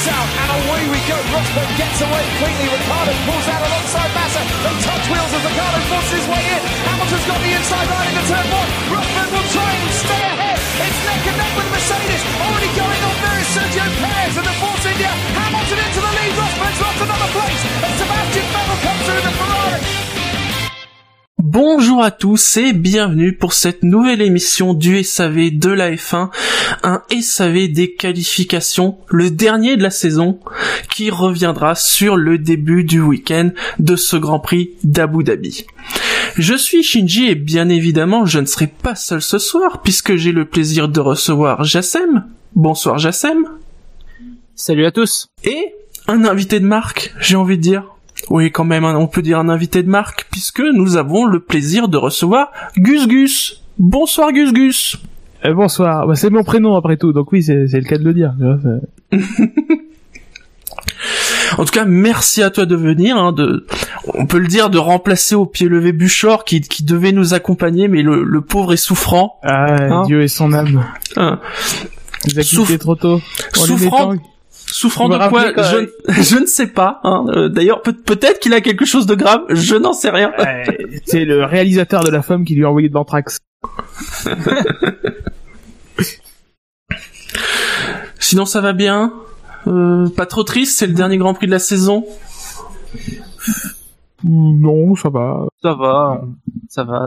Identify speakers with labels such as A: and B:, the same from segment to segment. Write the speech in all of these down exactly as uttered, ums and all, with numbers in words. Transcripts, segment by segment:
A: kicks out and away we go. Rosberg gets away cleanly. Ricciardo pulls out alongside Massa. They touch wheels as Ricciardo forces his way in. Hamilton's got the inside line into turn one. Rosberg will try and stay ahead. It's neck and neck with Mercedes. Already going on there is Sergio Perez and the Force India. Hamilton into the lead. Rosberg's lost another place. And Sebastian Vettel comes through the Ferrari.
B: Bonjour à tous et bienvenue pour cette nouvelle émission du S A V de la F un, un S A V des qualifications, le dernier de la saison, qui reviendra sur le début du week-end de ce Grand Prix d'Abu Dhabi. Je suis Shinji et bien évidemment je ne serai pas seul ce soir puisque j'ai le plaisir de recevoir Jassem. Bonsoir Jassem.
C: Salut à tous.
B: Et un invité de marque, j'ai envie de dire. Oui, quand même, on peut dire un invité de marque, puisque nous avons le plaisir de recevoir Gus Gus. Bonsoir Gus Gus.
C: Euh, bonsoir, bah, c'est mon prénom après tout, donc oui, c'est, c'est le cas de le dire.
B: En tout cas, merci à toi de venir, hein, de, on peut le dire, de remplacer au pied levé Buchor, qui, qui devait nous accompagner, mais le, le pauvre est souffrant.
C: Ah, hein Dieu et son âme.
B: Hein.
C: Vous avez quitté trop tôt.
B: Souffrant. Souffrant de quoi je, je ne sais pas. Hein. Euh, d'ailleurs, peut- peut-être qu'il a quelque chose de grave. Je n'en sais rien.
C: Euh, c'est le réalisateur de La Femme qui lui a envoyé de l'anthrax.
B: Sinon, ça va bien. Euh, pas trop triste. C'est le dernier Grand Prix de la saison.
C: Non, ça va.
D: Ça va. Ça va.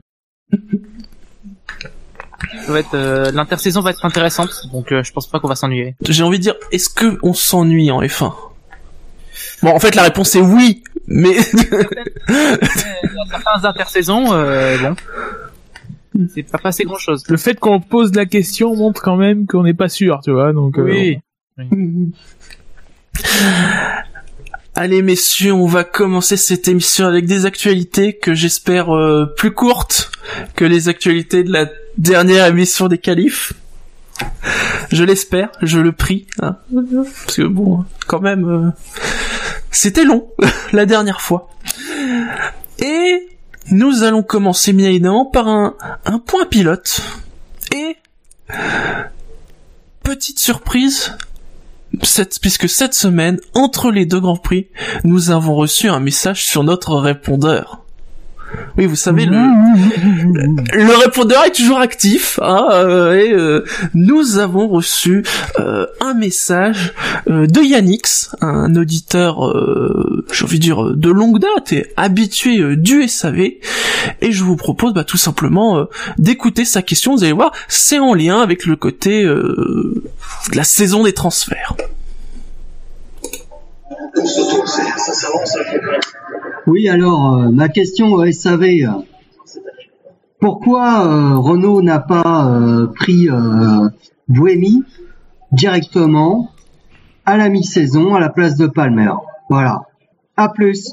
D: Ça va être, euh, l'intersaison va être intéressante, donc euh, je pense pas qu'on va s'ennuyer.
B: J'ai envie de dire, est-ce que on s'ennuie en F un? Bon, en fait, la réponse est oui, mais...
D: Il y a certains intersaisons, euh, bon, c'est pas passé grand-chose.
C: Le fait qu'on pose la question montre quand même qu'on n'est pas sûr, tu vois, donc...
D: Oui.
C: Euh,
D: oui.
B: Allez, messieurs, on va commencer cette émission avec des actualités que j'espère euh, plus courtes que les actualités de la dernière émission des qualifs. Je l'espère, je le prie, hein. Parce que bon, quand même, euh, c'était long la dernière fois. Et nous allons commencer bien évidemment par un, un point pilote. Et petite surprise, cette, puisque cette semaine, entre les deux Grands Prix, nous avons reçu un message sur notre répondeur. Oui, vous savez, le, le, le répondeur est toujours actif, hein, euh, et euh, nous avons reçu euh, un message euh, de Yannix, un auditeur, euh, j'ai envie de dire, de longue date et habitué euh, du S A V, et je vous propose bah, tout simplement euh, d'écouter sa question. Vous allez voir, c'est en lien avec le côté euh, de la saison des transferts.
E: Oui, alors, euh, ma question au S A V, euh, pourquoi euh, Renault n'a pas euh, pris euh, Buemi directement à la mi-saison à la place de Palmer? Voilà. À plus.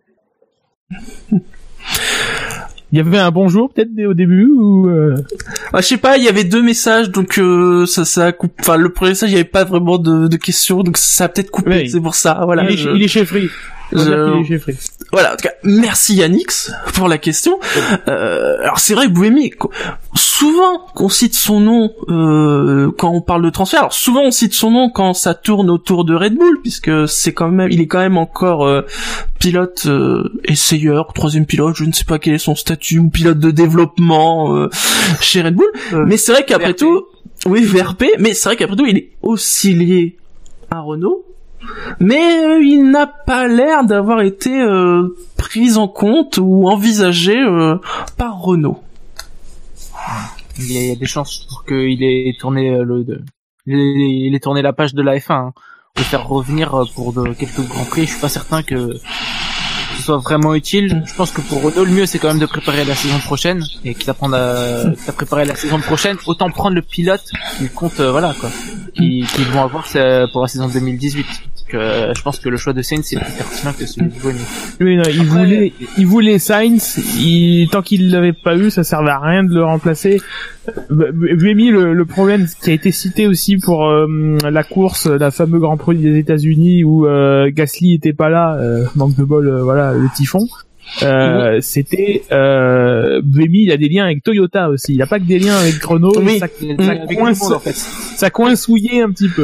C: il y avait un bonjour peut-être au début ou euh...
B: ah, je sais pas, il y avait deux messages, donc euh, ça ça a coupé. Enfin, le premier message, il y avait pas vraiment de, de questions, donc ça a peut-être coupé. Oui. C'est pour ça. Voilà.
C: Il est,
B: je...
C: il est chez Free. Je... Il est chez Free.
B: Voilà, en tout cas, merci Yannix pour la question. Euh, alors c'est vrai, Buemi, souvent qu'on cite son nom euh, quand on parle de transfert. Alors souvent on cite son nom quand ça tourne autour de Red Bull, puisque c'est quand même, il est quand même encore euh, pilote euh, essayeur, troisième pilote, je ne sais pas quel est son statut, ou pilote de développement euh, chez Red Bull. Euh, mais c'est vrai qu'après V R P. tout, oui V R P, mais c'est vrai qu'après tout il est aussi lié à Renault. Mais euh, il n'a pas l'air d'avoir été euh, pris en compte ou envisagé euh, par Renault.
D: Il y, a, il y a des chances pour qu'il ait tourné euh, le, de, il ait tourné la page de la F un. Hein. Le faire revenir pour de quelques grands prix, je suis pas certain que ce soit vraiment utile. Je pense que pour Renault, le mieux c'est quand même de préparer la saison prochaine, et quitte à prendre à, quitte à préparer la saison prochaine, autant prendre le pilote qui compte, euh, voilà quoi, qui, qui vont avoir pour la saison deux mille dix-huit. Donc, euh, je pense que le choix de Sainz c'est plus pertinent que celui de Buemi.
C: Oui, non, il
D: Après,
C: voulait, il voulait Sainz. Il, tant qu'il l'avait pas eu, ça servait à rien de le remplacer. Buemi, le, le problème qui a été cité aussi pour euh, la course, la fameuse Grand Prix des États-Unis où euh, Gasly était pas là, euh, manque de bol, euh, voilà, le typhon. Euh, oui. C'était euh, Buemi, il a des liens avec Toyota aussi. Il a pas que des liens avec Renault.
B: Oui.
C: Ça, ça, coince, en fait. ça coinçouillait un petit peu.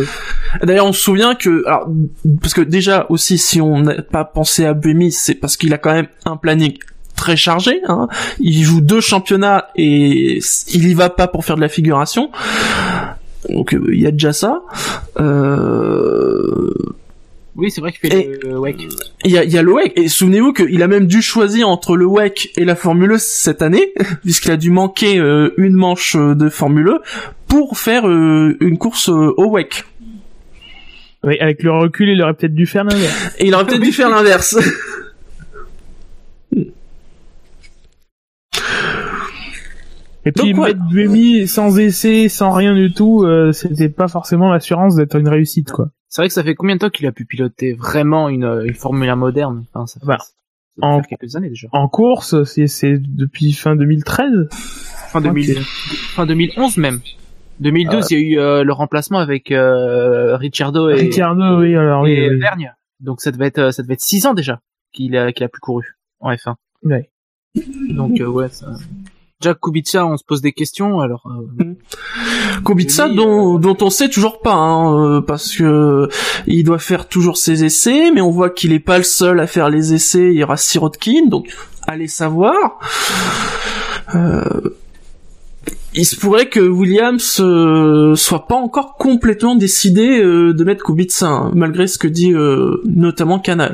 B: D'ailleurs, on se souvient que, alors, parce que déjà aussi, si on n'a pas pensé à Buemi, c'est parce qu'il a quand même un planning très chargé. Hein. Il joue deux championnats et il y va pas pour faire de la figuration. Donc il euh, y a déjà ça. Euh...
D: Oui, c'est vrai qu'il fait et le W E C.
B: Il y a, il y a le W E C, et souvenez-vous qu'il a même dû choisir entre le W E C et la Formule E cette année, puisqu'il a dû manquer euh, une manche de Formule E pour faire euh, une course euh, au W E C.
C: Oui, avec le recul, il aurait peut-être dû faire l'inverse.
B: Et il aurait peut-être dû faire l'inverse.
C: Et puis
B: Donc, ouais.
C: mettre Buemi sans essai, sans rien du tout, euh, c'était pas forcément l'assurance d'être une réussite, quoi.
D: C'est vrai que ça fait combien de temps qu'il a pu piloter vraiment une, une Formule un moderne? Enfin, ça fait,
C: bah,
D: ça fait
C: en,
D: quelques années déjà.
C: En course, c'est, c'est depuis fin deux mille treize.
D: Fin, deux mille, fin deux mille onze même. deux mille douze, euh, il y a eu euh, le remplacement avec euh, Ricciardo et,
C: Ricciardo, oui, alors,
D: et
C: oui, oui.
D: Vergne. Donc ça devait être ça devait être six ans déjà qu'il a qu'il a plus couru en F un.
C: Ouais.
D: Donc euh, ouais, ça... Déjà Kubica, on se pose des questions. Alors euh...
B: Kubica,
D: lui,
B: dont
D: euh...
B: dont on sait toujours pas, hein, parce que il doit faire toujours ses essais, mais on voit qu'il est pas le seul à faire les essais. Il y aura Sirotkin, donc allez savoir. Euh... Il se pourrait que Williams euh, soit pas encore complètement décidé euh, de mettre Kubica, hein, malgré ce que dit euh, notamment Canal.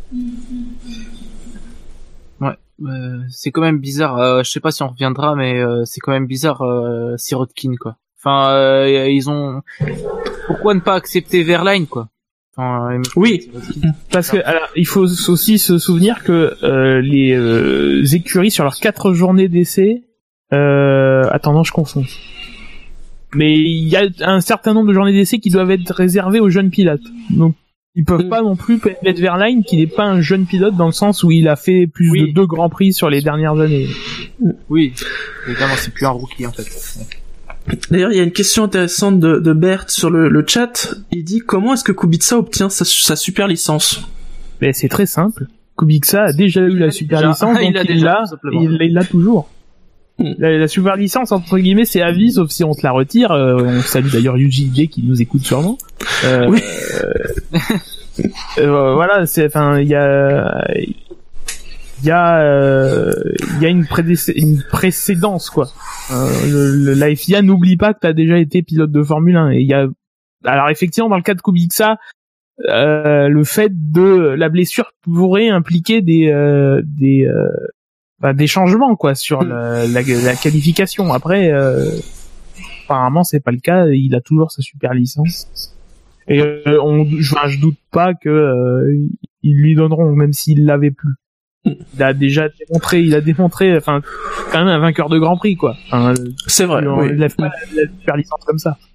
D: Ouais, euh, c'est quand même bizarre. Euh, je sais pas si on reviendra, mais euh, c'est quand même bizarre, euh, Sirotkin, quoi. Enfin, euh, ils ont. Pourquoi ne pas accepter Verlaine, quoi? Enfin,
B: oui,
C: parce que alors, il faut aussi se souvenir que euh, les euh, écuries sur leurs quatre journées d'essai. Euh, attends, non, je confonds. Mais il y a un certain nombre de journées d'essai qui doivent être réservées aux jeunes pilotes. Donc, ils peuvent mmh. pas non plus mettre Verlaine, qui n'est pas un jeune pilote dans le sens où il a fait plus oui. de deux grands prix sur les dernières années.
D: Oui, évidemment, c'est plus un rookie en fait.
B: D'ailleurs, il y a une question intéressante de, de Bert sur le, le chat. Il dit comment est-ce que Kubica obtient sa, sa super licence?
C: Ben, c'est très simple. Kubica a déjà eu la super déjà. licence, donc il l'a, il l'a, il l'a toujours. La, la super licence entre guillemets c'est à vie, sauf si on te la retire. Euh, on salue d'ailleurs Yuji Ide qui nous écoute sûrement. Euh,
B: oui.
C: Euh, euh, voilà, c'est enfin il y a il y a euh, il y a une, prédé- une précédence quoi. Euh, le, le, la F I A n'oublie pas que t'as déjà été pilote de Formule un et il y a alors effectivement dans le cas de Kubica euh, le fait de la blessure pourrait impliquer des euh, des euh, Bah, des changements quoi sur la, la, la qualification. Après, euh, apparemment c'est pas le cas. Il a toujours sa super licence. Et euh, on, je, je doute pas que euh, ils lui donneront, même s'il l'avait plus. Il a déjà démontré, il a démontré, enfin quand même un vainqueur de Grand Prix quoi. Enfin,
B: c'est vrai.
C: On,
B: oui.
C: Il lève pas la super licence comme ça.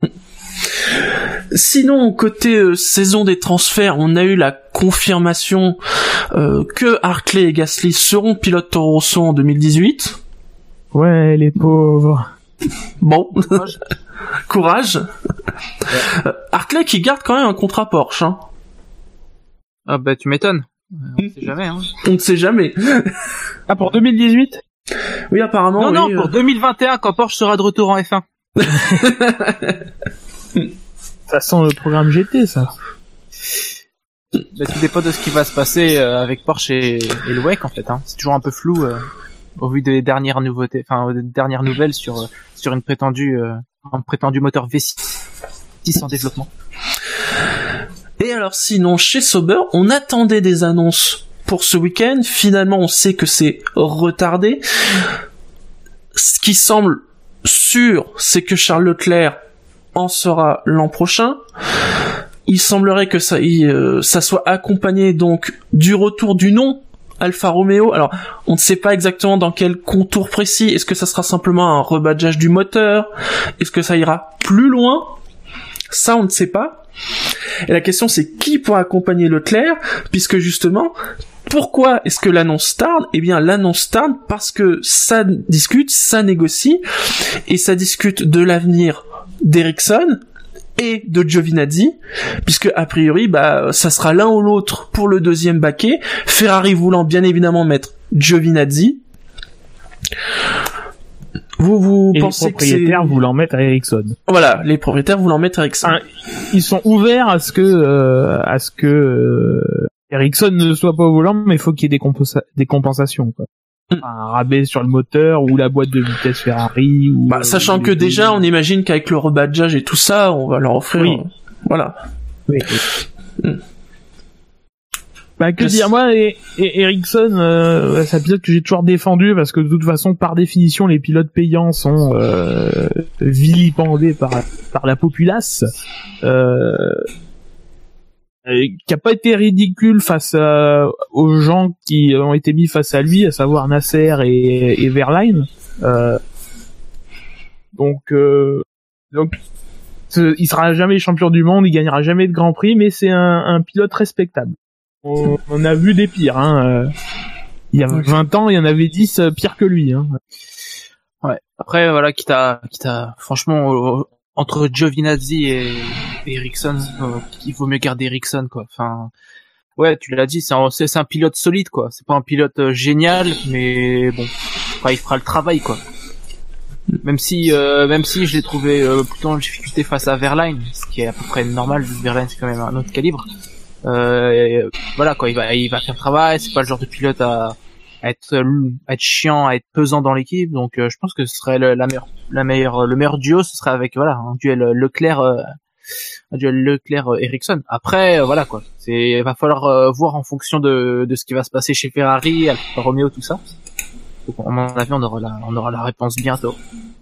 B: Sinon, côté euh, saison des transferts, on a eu la confirmation euh, que Hartley et Gasly seront pilotes Toro Rosso en deux mille dix-huit.
C: Ouais, les pauvres.
B: Bon, courage. Courage. Ouais. Euh, Hartley qui garde quand même un contrat Porsche. Hein.
D: Ah bah tu m'étonnes. On ne sait jamais. Hein.
B: On ne sait jamais.
C: Ah pour deux mille dix-huit?
B: Oui apparemment.
D: Non
B: oui,
D: non, pour
B: euh...
D: deux mille vingt et un quand Porsche sera de retour en F un.
C: Ça sent le programme G T, ça.
D: Bah, tout dépend de ce qui va se passer euh, avec Porsche et, et le W E C en fait. Hein. C'est toujours un peu flou euh, au vu des dernières nouveautés, enfin des dernières nouvelles sur euh, sur une prétendue euh, un prétendu moteur V six en développement.
B: Et alors sinon chez Sauber, on attendait des annonces pour ce week-end. Finalement, on sait que c'est retardé. Ce qui semble sûr, c'est que Charles Leclerc en sera l'an prochain. Il semblerait que ça, il, euh, ça soit accompagné donc du retour du nom Alfa Romeo. Alors, on ne sait pas exactement dans quel contour précis. Est-ce que ça sera simplement un rebadgeage du moteur? Est-ce que ça ira plus loin? Ça, on ne sait pas. Et la question, c'est qui pourra accompagner Leclerc, puisque justement, pourquoi est-ce que l'annonce tarde? Eh bien, l'annonce tarde parce que ça discute, ça négocie, et ça discute de l'avenir d'Ericsson et de Giovinazzi, puisque a priori, bah, ça sera l'un ou l'autre pour le deuxième baquet. Ferrari voulant bien évidemment mettre Giovinazzi. Vous, vous
C: Et
B: pensez
C: les
B: que c'est...
C: propriétaires voulant mettre à Ericsson.
B: Voilà, les propriétaires voulant mettre Ericsson.
C: Enfin, ils sont ouverts à ce que, euh, à ce que euh, Ericsson ne soit pas au volant, mais il faut qu'il y ait des, compensa- des compensations, quoi.
B: Mm.
C: Un rabais sur le moteur ou la boîte de vitesse Ferrari. Ou,
B: Bah, sachant
C: ou
B: que
C: les-
B: déjà, on imagine qu'avec le rebadgeage et tout ça, on va leur offrir...
C: Oui.
B: euh, Voilà.
C: Oui.
B: Mm.
C: Bah, que
B: Je
C: dire,
B: sais-
C: moi, et, et Ericsson, euh, c'est un pilote que j'ai toujours défendu parce que de toute façon, par définition, les pilotes payants sont euh, vilipendés par par la populace, euh, euh, qui a pas été ridicule face à, aux gens qui ont été mis face à lui, à savoir Nasser et, et Verlaine. Euh, donc, euh, donc, ce- il sera jamais champion du monde, il gagnera jamais de Grand Prix, mais c'est un, un pilote respectable. On, on a vu des pires, hein. euh, Il y a vingt ans, il y en avait dix euh, pires que lui, hein.
D: Ouais. Après, voilà, quitte à, quitte à, franchement, euh, entre Giovinazzi et, et Ericsson, euh, il vaut mieux garder Ericsson, quoi. Enfin, ouais, tu l'as dit, c'est un, c'est, c'est un pilote solide, quoi. C'est pas un pilote euh, génial, mais bon, enfin, il fera le travail, quoi. Même si, euh, même si je l'ai trouvé euh, plutôt en difficulté face à Verlaine, ce qui est à peu près normal, vu que Verlaine c'est quand même un autre calibre. Euh, et, voilà, quoi, il va, il va faire le travail. C'est pas le genre de pilote à, à être, à être chiant, à être pesant dans l'équipe. Donc, euh, je pense que ce serait le, la meilleure, la meilleure, le meilleur duo, ce serait avec voilà un duel Leclerc, euh, un duel Leclerc-Ericsson. Après, euh, voilà quoi, c'est, il va falloir euh, voir en fonction de, de ce qui va se passer chez Ferrari, Alfa Romeo, tout ça. Donc, à mon avis, on aura la, on aura la réponse bientôt.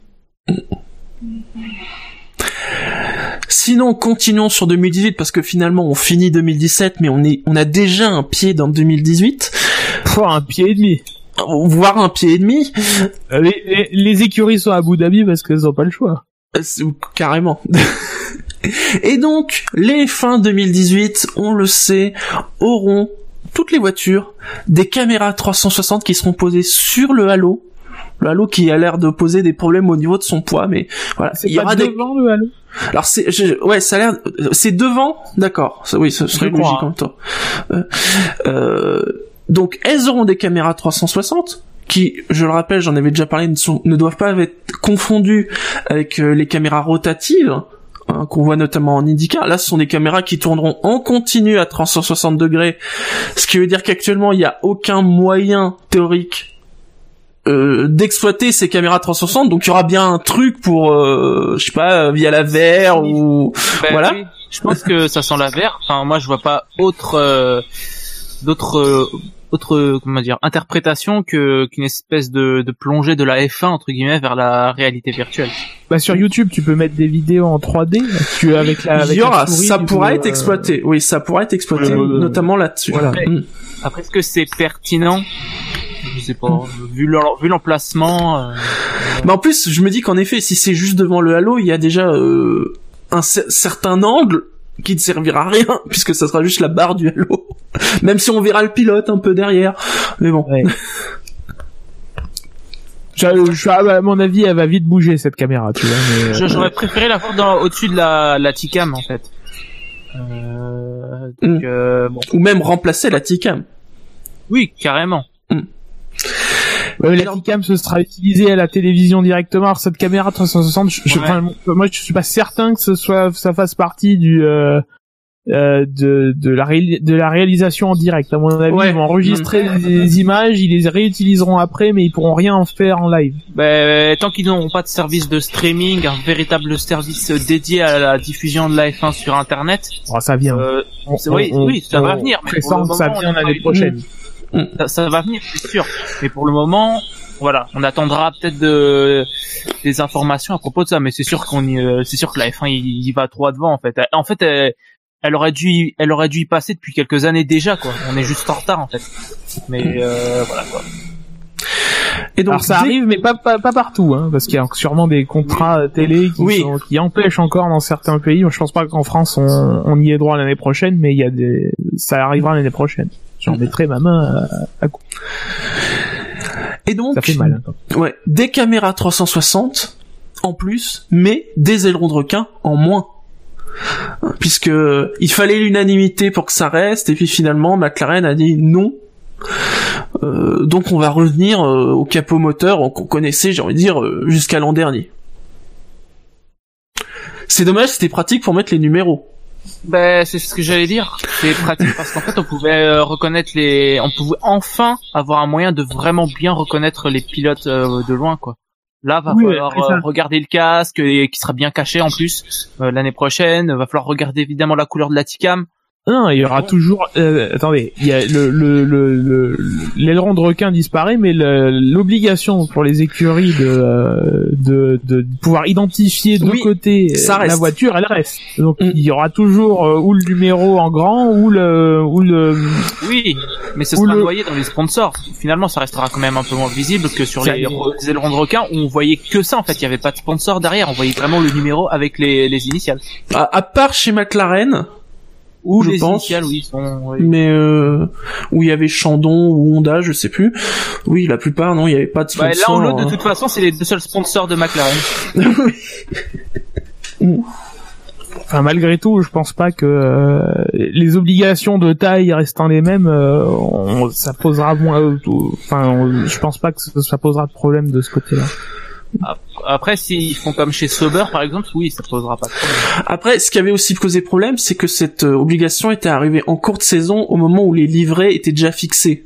B: Sinon, continuons sur deux mille dix-huit parce que finalement, on finit deux mille dix-sept, mais on est, on a déjà un pied dans deux mille dix-huit.
C: Pff, un pied et demi.
B: Voire un pied et demi.
C: Euh, Les, les, les écuries sont à Abu Dhabi parce qu'elles ont pas le choix.
B: Euh, c'est- Carrément. Et donc, les fins deux mille dix-huit, on le sait, auront toutes les voitures des caméras trois cent soixante qui seront posées sur le halo. Le halo qui a l'air de poser des problèmes au niveau de son poids, mais voilà.
C: C'est
B: Il y
C: pas
B: aura des...
C: devant le halo.
B: Alors c'est, je- ouais, ça a l'air, c'est devant, d'accord. Ça- Oui, ce serait
C: Je
B: logique
C: crois.
B: en même temps. Euh, euh, donc elles auront des caméras trois cent soixante qui, je le rappelle, j'en avais déjà parlé, ne, sont, ne doivent pas être confondues avec euh, les caméras rotatives hein, qu'on voit notamment en IndyCar. Là, ce sont des caméras qui tourneront en continu à trois cent soixante degrés, ce qui veut dire qu'actuellement il n'y a aucun moyen théorique Euh, d'exploiter ces caméras trois cent soixante, donc il y aura bien un truc pour euh, je sais pas via la V R ou
D: Ben
B: voilà.
D: oui, je pense que ça sent la V R. Enfin, moi, je vois pas autre, euh, d'autres, euh, autre, comment dire, interprétation que qu'une espèce de, de plongée de la F un entre guillemets vers la réalité virtuelle.
C: Bah sur YouTube, tu peux mettre des vidéos en trois D. Tu avec la.
B: Il
C: Avec
B: y aura,
C: la souris,
B: ça
C: tu
B: pourra
C: peux,
B: être
C: euh,
B: exploité. Oui, ça pourra être exploité,
C: euh,
B: notamment là-dessus.
C: voilà.
B: Mm.
D: Après, est-ce que c'est pertinent? Je sais pas. Vu l'em- vu l'emplacement. Euh...
B: Mais en plus, je me dis qu'en effet, si c'est juste devant le halo, il y a déjà euh, un cer- certain angle qui ne servira à rien, puisque ça sera juste la barre du halo. Même si on verra le pilote un peu derrière. Mais bon.
C: Ouais. Je, je, à mon avis, elle va vite bouger cette caméra, tu vois. Mais,
D: Je-
C: euh,
D: J'aurais préféré la voir dans, au-dessus de la, la T-Cam en fait. Euh, donc,
B: Mm.
D: euh, bon.
B: Ou même remplacer la T-Cam.
D: Oui, carrément.
C: ouais, la T-Cam ce sera utilisée à la télévision directement. Alors cette caméra trois cent soixante, je, je-
D: Ouais.
C: enfin, moi je suis pas certain que ce soit, ça fasse partie du euh, euh, de de la ré- de la réalisation en direct. À mon avis,
B: Ouais.
C: ils vont enregistrer des images, ils les réutiliseront après, mais ils pourront rien en faire en live.
D: Ben, tant qu'ils n'auront pas de service de streaming, un véritable service dédié à la diffusion de la F un sur Internet,
C: Oh, ça vient.
D: euh,
C: On-
D: c'est- oui,
C: on-
D: oui, ça
C: on
D: va venir. Mais pour
C: pressent
D: le
C: que ça
D: moment,
C: vient
D: on a
C: l'année
D: pas eu-
C: prochaine.
D: Ça, ça va venir, c'est sûr. Mais pour le moment, voilà, on attendra peut-être de des informations à propos de ça. Mais c'est sûr qu'on y, euh, c'est sûr que la F un il, il va trop devant en fait. En fait, elle, elle aurait dû, y- elle aurait dû y passer depuis quelques années déjà quoi. On est juste en retard en fait. Mais euh, voilà quoi.
B: Et donc,
C: Alors ça
B: dès-
C: arrive, mais pas pas, pas partout, hein, parce qu'il y a sûrement des contrats euh, télé qui,
B: Oui.
C: sont- qui empêchent encore dans certains pays. Moi, je pense pas qu'en France on, on y ait droit l'année prochaine, mais il y a des, ça arrivera l'année prochaine. J'en mettrai ma main à, à coup.
B: et donc,
C: Ça fait mal. Hein, quand-
B: ouais, des caméras trois cent soixante en plus, mais des ailerons de requin en moins. Puisque il fallait l'unanimité pour que ça reste, et puis finalement McLaren a dit non, Euh, donc on va revenir euh, au capot moteur qu'on connaissait, j'ai envie de dire, euh, jusqu'à l'an dernier. C'est dommage, c'était pratique pour mettre les numéros.
D: Ben, c'est ce que j'allais dire. C'est pratique parce qu'en fait, on pouvait euh, reconnaître les, on pouvait enfin avoir un moyen de vraiment bien reconnaître les pilotes euh, de loin, quoi. Là, va
C: oui,
D: falloir euh, regarder le casque et qui sera bien caché en plus euh, l'année prochaine. Va falloir regarder évidemment la couleur de la T-Cam.
C: Non, il y aura toujours. Euh, attendez, il y a le le le le l'aileron de requin disparaît, mais le, l'obligation pour les écuries de de de pouvoir identifier de
B: oui,
C: côté la voiture, elle reste. Donc mm. il y aura toujours euh, ou le numéro en grand ou le ou le.
D: Oui, mais ce sera le... noyé dans les sponsors. Finalement, ça restera quand même un peu moins visible que sur les, les ailerons de requin où on voyait que ça. En fait, il y avait pas de sponsor derrière. On voyait vraiment le numéro avec les les initiales.
B: À, à part chez McLaren.
D: Ou
B: je
D: les
B: pense,
D: initiales, oui, sont, oui.
B: Mais euh, où il y avait Chandon ou Honda, je sais plus. Oui, la plupart, non, il y avait pas de sponsor.
D: Bah, là, en l'autre, de toute façon, c'est les deux seuls sponsors de McLaren.
C: Enfin, malgré tout, je pense pas que euh, les obligations de taille restant les mêmes, euh, on, ça posera moins. Euh, enfin, on, je pense pas que ça, ça posera de problème de ce côté-là.
D: Après, s'ils font comme chez Sauber, par exemple, oui, ça posera pas de problème.
B: Après, ce qui avait aussi posé problème, c'est que cette euh, obligation était arrivée en cours de saison au moment où les livrets étaient déjà fixés.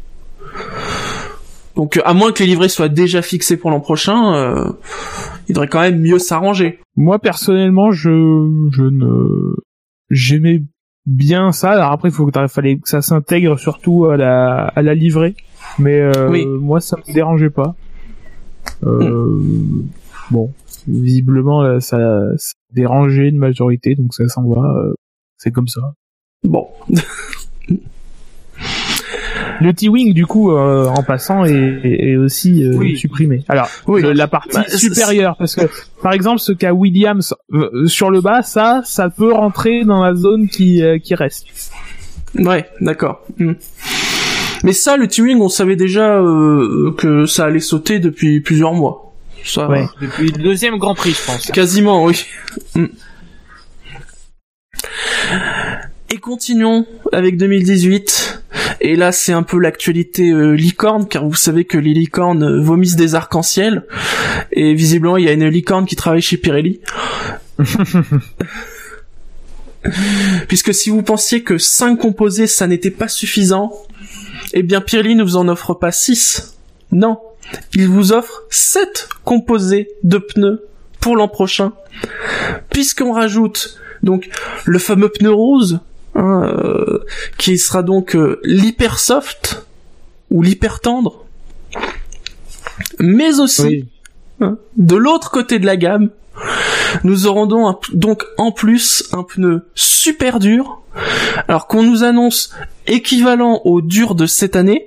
B: Donc, à moins que les livrets soient déjà fixés pour l'an prochain, euh, il devrait quand même mieux s'arranger.
C: Moi, personnellement, je, je ne, j'aimais bien ça. Alors après, il faut que fallait que ça s'intègre surtout à la, à la livrée. Mais euh, oui. Moi, ça me dérangeait pas. Euh, mmh. Bon, visiblement là, ça, ça dérangeait une majorité, donc ça s'en va. Euh, c'est comme ça.
B: Bon.
C: Le T-Wing du coup euh, en passant est, est aussi euh, oui. supprimé. Alors oui, le, la partie bah, supérieure, parce que par exemple ce qu'a Williams euh, sur le bas, ça, ça peut rentrer dans la zone qui euh, qui reste.
B: Ouais, d'accord. Mmh. Mais ça, le T-Wing, on savait déjà euh, que ça allait sauter depuis plusieurs mois. Ça,
D: ouais. Depuis le deuxième Grand Prix, je pense.
B: Quasiment, oui. Mm. Et continuons avec deux mille dix-huit. Et là, c'est un peu l'actualité euh, licorne, car vous savez que les licornes vomissent des arcs-en-ciel. Et visiblement, il y a une licorne qui travaille chez Pirelli. Puisque si vous pensiez que cinq composés, ça n'était pas suffisant, eh bien, Pirelli ne vous en offre pas six. Non. Il vous offre sept composés de pneus pour l'an prochain. Puisqu'on rajoute, donc, le fameux pneu rose, hein, euh, qui sera donc euh, l'hyper soft, ou l'hyper tendre. Mais aussi, oui. hein, de l'autre côté de la gamme, nous aurons donc, un, donc en plus un pneu super dur, alors qu'on nous annonce équivalent au dur de cette année,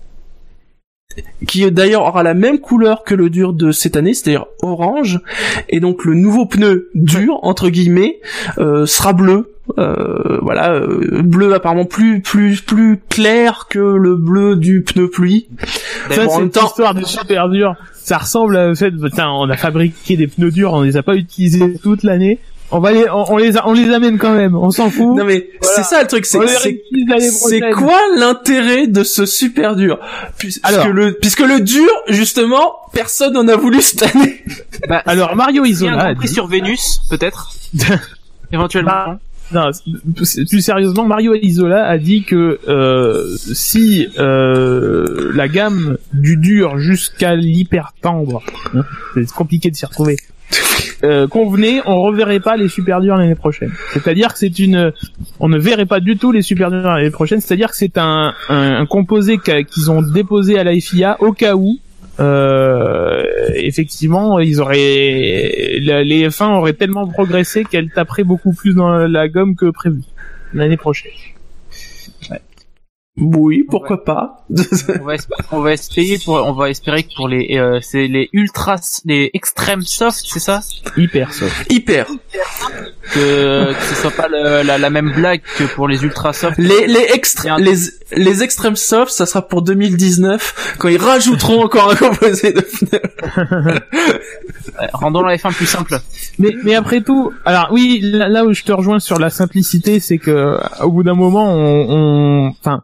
B: qui d'ailleurs aura la même couleur que le dur de cette année, c'est-à-dire orange, et donc le nouveau pneu dur, entre guillemets, euh, sera bleu, euh, voilà, euh, bleu apparemment plus plus plus clair que le bleu du pneu pluie.
C: Ça, bon, c'est une temps... histoire de super dur. Ça ressemble à, en fait, putain, on a fabriqué des pneus durs, on les a pas utilisés toute l'année. On va les, on, on les, a, on les amène quand même. On s'en fout.
B: Non mais voilà. C'est ça le truc, c'est, c'est, c'est quoi l'intérêt de ce super dur, puisque alors, le, puisque le dur, justement, personne n'en a voulu cette année.
C: Bah, alors Mario Isola
D: a compris sur Vénus, peut-être, éventuellement. Bah,
C: non, plus sérieusement, Mario Isola a dit que euh, si euh, la gamme du dur jusqu'à l'hyper tendre, hein, c'est compliqué de s'y retrouver. Euh, convenait, on reverrait pas les super durs l'année prochaine. C'est-à-dire que c'est une, on ne verrait pas du tout les super durs l'année prochaine. C'est-à-dire que c'est un, un, un composé qu'ils ont déposé à la F I A au cas où, euh, effectivement, ils auraient, les F un auraient tellement progressé qu'elles taperaient beaucoup plus dans la gomme que prévu l'année prochaine.
B: Ouais. Oui, pourquoi ouais. pas.
D: on va espérer, on va espérer pour, on va espérer que pour les, euh, c'est les ultra, les extrême soft, c'est ça?
C: Hyper soft.
B: Hyper.
D: Que, que ce soit pas le, la, la même blague que pour les ultra soft.
B: Les, les extra, les, les extrême soft, ça sera pour deux mille dix-neuf, quand ils rajouteront encore un composé de pneus.
D: Rendons la F un plus simple.
C: Mais, mais après tout, alors oui, là, là où je te rejoins sur la simplicité, c'est que, au bout d'un moment, on, on, enfin,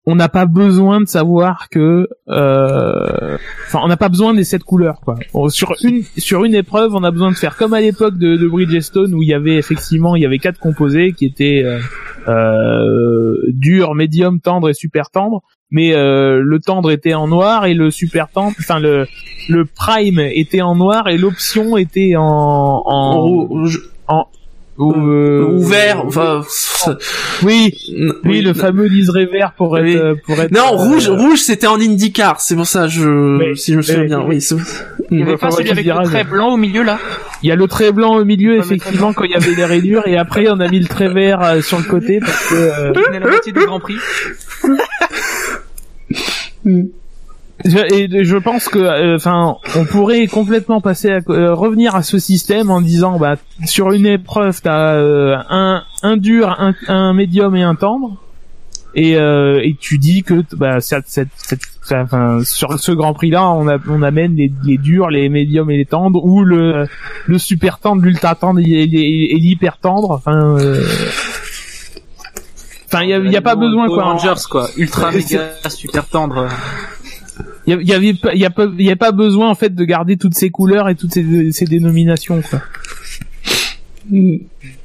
C: on n'a pas besoin de savoir que, euh, enfin, on n'a pas besoin des sept couleurs, quoi. Bon, sur une, sur une épreuve, on a besoin de faire comme à l'époque de, de Bridgestone où il y avait effectivement, il y avait quatre composés qui étaient euh, euh, dur, médium, tendre et super tendre. Mais euh, le tendre était en noir et le super tendre, enfin le le prime était en noir et l'option était en en
B: rouge.
C: en Euh,
B: ouvert, enfin,
C: oui, oui, oui, le fameux liseré vert pour être, oui. pour être.
B: Non, euh, rouge, rouge, c'était en IndyCar, c'est pour ça, je, mais, si je me souviens mais, bien, oui.
D: Il y avait pas celui avec le trait blanc au milieu, là?
C: Il y a le trait blanc au milieu, effectivement, quand il y avait les rayures, et après, on a mis le trait vert euh, sur le côté, parce que, euh...
D: on est la moitié du Grand Prix.
C: Je, et je pense que, enfin, euh, on pourrait complètement passer à euh, revenir à ce système en disant, bah, sur une épreuve, t'as euh, un un dur, un, un médium et un tendre, et euh, et tu dis que, bah, cette, cette, cette, enfin, sur ce Grand Prix-là, on a, on amène les, les durs, les médiums et les tendres, ou le le super tendre, l'ultra tendre et, et, et l'hyper tendre, enfin. Euh... Enfin, il y a, y a pas besoin, quoi.
D: Rangers, quoi, ultra méga super tendre.
C: Il y avait pas, il y a pas, il y a pas besoin en fait de garder toutes ces couleurs et toutes ces, ces dénominations, quoi. Mais,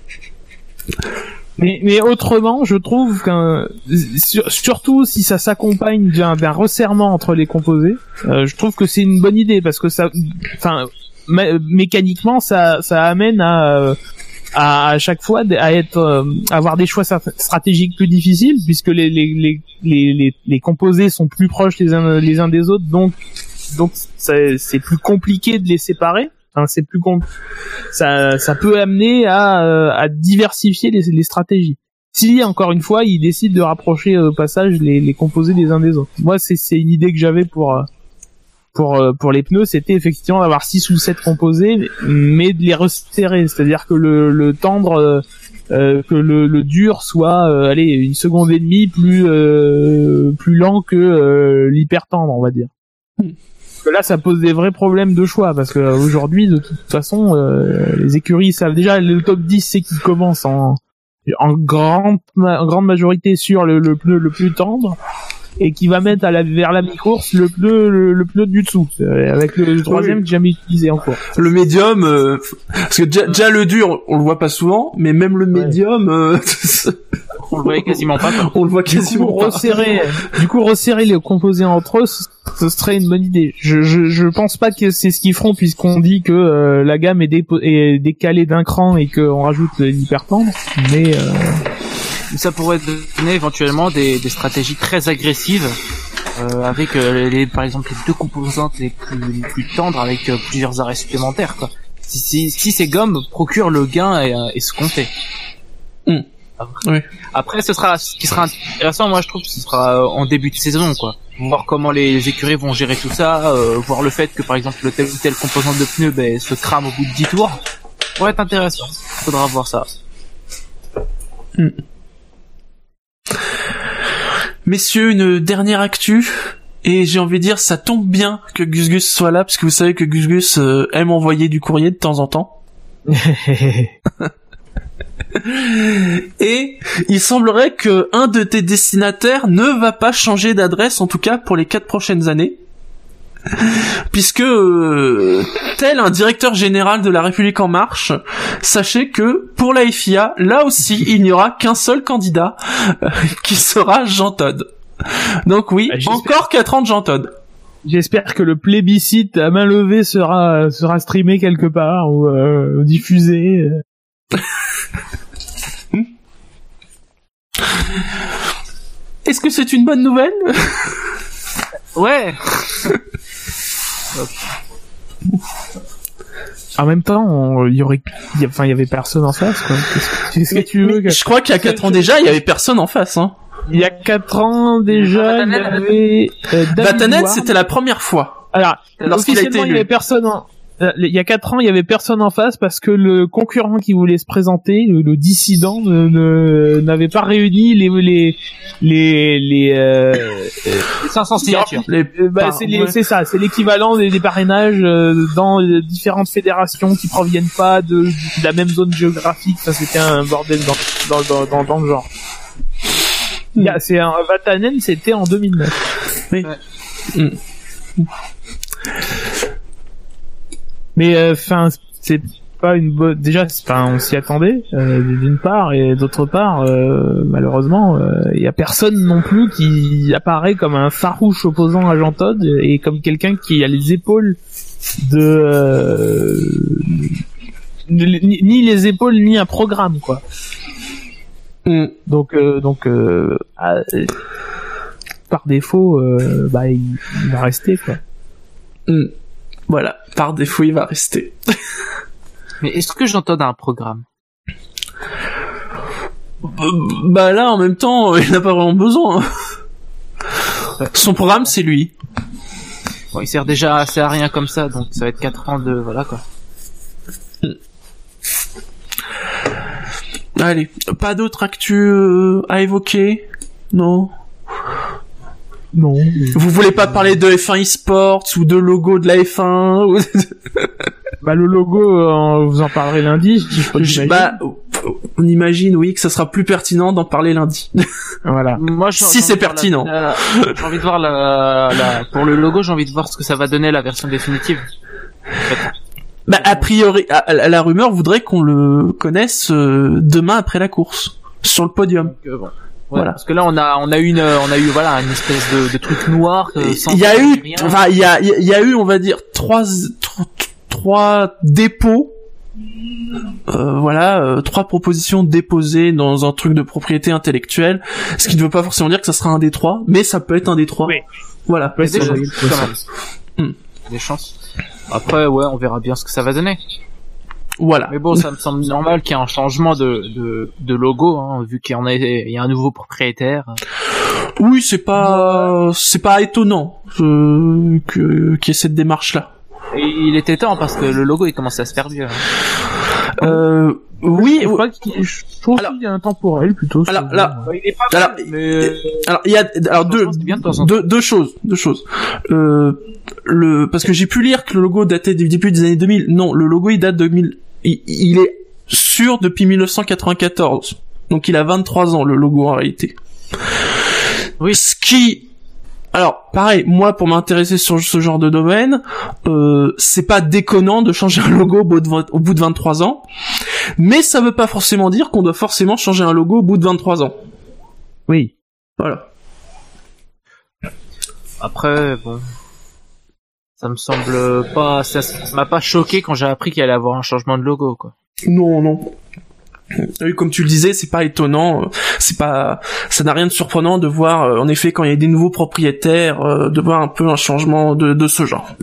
C: mais autrement, je trouve qu'un, sur, surtout si ça s'accompagne d'un, d'un resserrement entre les composés, euh, je trouve que c'est une bonne idée parce que ça, enfin, mé- mécaniquement, ça, ça amène à, euh, à, à chaque fois à être, euh, à avoir des choix stratégiques plus difficiles puisque les, les, les, les, les, les composés sont plus proches les uns, les uns des autres, donc, donc, ça, c'est plus compliqué de les séparer. Enfin, c'est plus compl- ça, ça peut amener à, euh, à diversifier les, les stratégies. Si, encore une fois, ils décident de rapprocher au passage les, les composés des uns des autres. Moi, c'est, c'est une idée que j'avais pour, euh, pour, euh, pour les pneus, c'était effectivement d'avoir six ou sept composés, mais de les resserrer. C'est-à-dire que le, le tendre, euh, euh, que le, le dur soit, euh, allez, une seconde et demie plus, euh, plus lent que euh, l'hyper tendre, on va dire. Là, ça pose des vrais problèmes de choix parce que euh, aujourd'hui, de toute façon, euh, les écuries savent déjà. Le top dix, c'est qu'ils commencent en en grande en grande majorité sur le, le pneu le plus tendre et qui va mettre à la, vers la mi-course le pneu le, le pneu du dessous avec le, le troisième oui. que j'ai jamais utilisé encore.
B: Le médium, euh, parce que déjà, déjà le dur, on le voit pas souvent, mais même le médium, ouais. euh,
D: on le voit quasiment pas. Quoi.
B: On le voit quasiment
C: du coup,
B: pas.
C: Resserrer, du coup, resserrer les composés entre eux, ce serait une bonne idée. Je, je, je pense pas que c'est ce qu'ils feront puisqu'on dit que euh, la gamme est, dépo- est décalée d'un cran et qu'on rajoute l'hyper tendre, mais euh...
D: ça pourrait donner éventuellement des, des stratégies très agressives euh, avec euh, les, par exemple les deux composantes les plus, les plus tendres avec euh, plusieurs arrêts supplémentaires, quoi. Si, si, si ces gommes procurent le gain et, euh, et se compter.
B: Mmh.
D: Après,
B: oui.
D: après, ce sera ce qui sera intéressant, moi je trouve, ce sera en début de saison, quoi. Voir comment les écuries vont gérer tout ça, euh, voir le fait que par exemple le tel ou tel composant de pneu ben, se crame au bout de dix tours, pourrait être intéressant. Faudra voir ça.
B: Mmh. Messieurs, une dernière actu, et j'ai envie de dire, ça tombe bien que Gus Gus soit là, parce que vous savez que Gus Gus euh, aime envoyer du courrier de temps en temps. Et il semblerait que un de tes destinataires ne va pas changer d'adresse, en tout cas pour les quatre prochaines années, puisque euh, tel un directeur général de la République en marche, sachez que pour la F I A, là aussi, il n'y aura qu'un seul candidat, euh, qui sera Jean Todt. Donc oui, bah, encore quatre ans de Jean Todt.
C: J'espère que le plébiscite à main levée sera sera streamé quelque part ou euh, diffusé.
B: Est-ce que c'est une bonne nouvelle?
D: Ouais.
C: En même temps, il y aurait, enfin, il y avait personne en face, quoi. Qu'est-ce, qu'est-ce que tu veux que...
B: Je crois qu'il y a quatre ans déjà, il y avait personne en face, hein.
C: Il y a quatre ans déjà, il y avait euh,
B: Vatanen, c'était la première fois.
C: Alors, officiellement, il y avait personne en... Il y a quatre ans, il y avait personne en face parce que le concurrent qui voulait se présenter, le, le dissident, ne, ne, n'avait pas réuni les les les les, euh,
D: les cinq cents signatures.
C: Les, bah, c'est, les, c'est ça, c'est l'équivalent des, des parrainages euh, dans les différentes fédérations qui proviennent pas de, de la même zone géographique. Ça, c'était un bordel dans dans dans dans, dans le genre. Il y a, c'est un Vatanen, c'était en deux mille neuf.
B: Oui.
D: Ouais.
B: Mm.
C: Mais enfin, euh, c'est pas une bonne. Déjà, enfin, on s'y attendait euh, d'une part, et d'autre part, euh, malheureusement, il euh, y a personne non plus qui apparaît comme un farouche opposant à Jean Todt et comme quelqu'un qui a les épaules de euh, ni, ni les épaules ni un programme, quoi.
B: Mm.
C: Donc, euh, donc, euh, ah, par défaut, euh, bah, il, il va rester, quoi.
B: Mm. Voilà, par défaut, il va rester.
D: Mais est-ce que j'entends un programme?
B: Bah là, en même temps, il n'a pas vraiment besoin. Hein. Son programme, c'est lui.
D: Bon, il sert déjà assez à rien comme ça, donc ça va être quatre ans de... Voilà, quoi.
B: Allez, pas d'autres actus euh, à évoquer? Non.
C: Non.
B: Vous voulez pas parler de F un eSports ou de logo de la F un ou...
C: Bah le logo, euh, vous en parlerez lundi. Je peux
B: Je, bah, on imagine, oui, que ça sera plus pertinent d'en parler lundi.
C: Voilà.
D: Moi, j'ai,
B: Si
D: j'ai
B: c'est
D: envie de voir
B: pertinent.
D: la- la- j'ai envie de voir la, la... Pour le logo, j'ai envie de voir ce que ça va donner la version définitive. En fait.
B: Bah, a priori, à- à- la rumeur voudrait qu'on le connaisse euh, demain après la course, sur le podium.
D: Donc, euh, bon. Ouais,
B: Voilà.
D: Parce que là, on a, on a eu une, on a eu, voilà, une espèce de, de truc noir. euh, sans
B: Il y a eu,
D: rien.
B: enfin, il y a, il y a eu, on va dire, trois, trois, trois dépôts. Euh, voilà, euh, trois propositions déposées dans un truc de propriété intellectuelle, ce qui ne veut pas forcément dire que ça sera un des trois, mais ça peut être un des trois.
C: Oui.
B: Voilà.
C: Ouais,
D: Il y a des
C: c'est
D: chances,
C: vrai.
D: quand même.
B: Hmm.
D: Des chances. Après, ouais, on verra bien ce que ça va donner.
B: Voilà.
D: Mais bon, ça me semble normal qu'il y ait un changement de, de, de logo, hein, vu qu'il y en a, il y a un nouveau propriétaire.
B: Oui, c'est pas, c'est pas étonnant euh, que qu'il y ait cette démarche-là.
D: Et il était temps parce que le logo il commençait à se faire vieux. Hein.
B: Euh, oui.
C: Je crois qu'il, je trouve
B: Alors-
C: qu'il est intemporel plutôt.
B: Alors,
C: ce-
B: là-
D: Il est pas
B: Alors,
D: mal, mais
B: Alors il y a alors deux
D: Franchement, c'est bien de temps en temps.
B: deux deux choses deux choses euh, le parce que j'ai pu lire que le logo datait du début des années deux mille. Non, le logo il date de deux mille. Il, il est sûr depuis mille neuf cent quatre-vingt-quatorze. Donc il a vingt-trois ans le logo en réalité.
D: Oui.
B: Ce qui alors pareil, moi pour m'intéresser sur ce genre de domaine, euh, c'est pas déconnant de changer un logo au bout de vingt- au bout de vingt-trois ans, mais ça veut pas forcément dire qu'on doit forcément changer un logo au bout de vingt-trois ans.
C: Oui.
B: Voilà.
D: après, bon, ça me semble pas, ça, ça m'a pas choqué quand j'ai appris qu'il allait avoir un changement de logo, quoi.
B: Non, non. Oui, comme tu le disais, c'est pas étonnant, euh, c'est pas, ça n'a rien de surprenant de voir, euh, en effet, quand il y a des nouveaux propriétaires, euh, de voir un peu un changement de, de ce genre.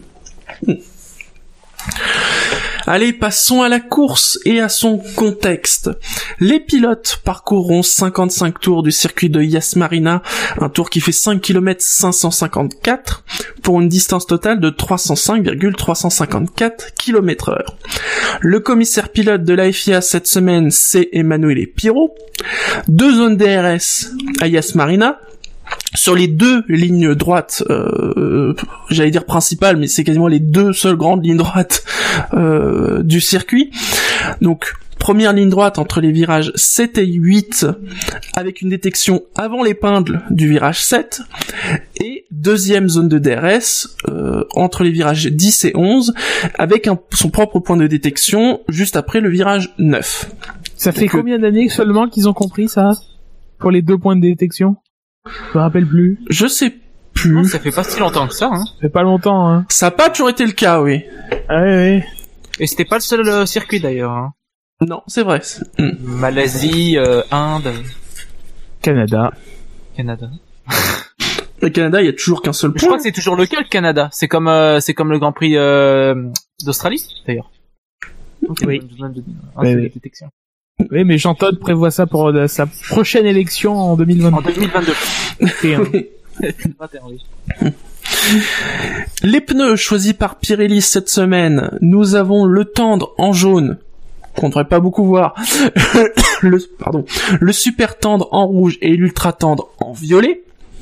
B: Allez, passons à la course et à son contexte. Les pilotes parcourront cinquante-cinq tours du circuit de Yas Marina, un tour qui fait cinq kilomètres cinq cent cinquante-quatre, pour une distance totale de trois cent cinq virgule trois cent cinquante-quatre kilomètres heure. Le commissaire pilote de la F I A cette semaine, c'est Emanuele Pirro. Deux zones D R S à Yas Marina. Sur les deux lignes droites, euh, j'allais dire principales, mais c'est quasiment les deux seules grandes lignes droites euh, du circuit. Donc, première ligne droite entre les virages sept et huit, avec une détection avant l'épingle du virage sept, et deuxième zone de D R S euh, entre les virages dix et onze, avec un, son propre point de détection juste après le virage neuf.
C: Ça fait
B: Donc, euh,
C: combien d'années seulement qu'ils ont compris ça? Pour les deux points de détection? Je me rappelle plus.
B: Je sais
D: Non,
B: plus.
D: ça fait pas si longtemps que ça, hein.
C: Ça fait pas longtemps, hein.
B: Ça n'a pas toujours été le cas, oui.
C: Ah ouais, ouais.
D: Et c'était pas le seul euh, circuit d'ailleurs, hein.
B: Non, c'est vrai. Hmm.
D: Malaisie, euh, Inde,
C: Canada.
D: Canada.
B: Le Canada, il y a toujours qu'un seul
D: Je
B: point.
D: crois que c'est toujours le cas, le Canada. C'est comme, euh, c'est comme le Grand Prix euh, d'Australie, d'ailleurs. Donc,
C: Oui.
D: une zone de- un
C: Oui,
D: seul de
C: oui.
D: détection.
C: Oui, mais Jean Todt prévoit ça pour euh, sa prochaine élection en deux mille vingt.
D: En deux mille vingt-deux.
C: Et, hein.
D: vingt et un, oui.
B: Les pneus choisis par Pirelli cette semaine, nous avons le tendre en jaune, qu'on devrait pas beaucoup voir, le, pardon, le super tendre en rouge et l'ultra tendre en violet.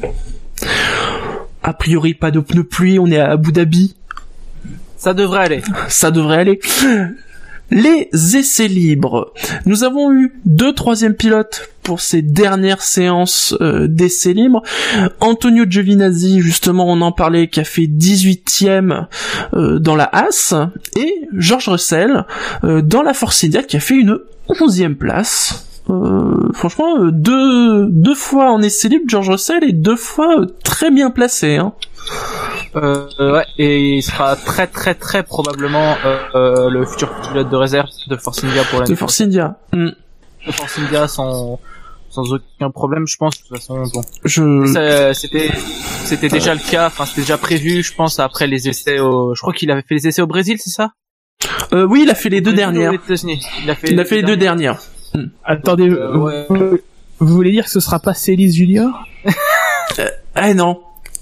B: A priori, pas de pneus pluie, on est à Abu Dhabi,
D: Ça devrait aller.
B: ça devrait aller. Les essais libres. Nous avons eu deux troisièmes pilotes pour ces dernières séances euh, d'essais libres. Antonio Giovinazzi, justement, on en parlait, qui a fait dix-huitième euh, dans la Haas, et George Russell euh, dans la Force India, qui a fait une onzième place. Euh, franchement, euh, deux deux fois en essai libre, George Russell, et deux fois euh, très bien placé. Hein.
D: Euh, ouais, et il sera très très très probablement euh, euh, le futur pilote de réserve de Force India pour l'année.
B: De Force India. Mm.
D: De Force India sans sans aucun problème, je pense. De toute façon, bon.
B: Je.
D: Ça, c'était c'était déjà le cas. Enfin, c'était déjà prévu, je pense. Après les essais, au... je crois qu'il avait fait les essais au Brésil, c'est ça?
B: Euh, oui, il a fait les deux dernières.
D: Il a fait,
B: il a fait les deux dernières.
C: dernières. Attendez, euh, ouais. vous, vous voulez dire que ce sera pas Célis Junior?
B: euh, Eh non.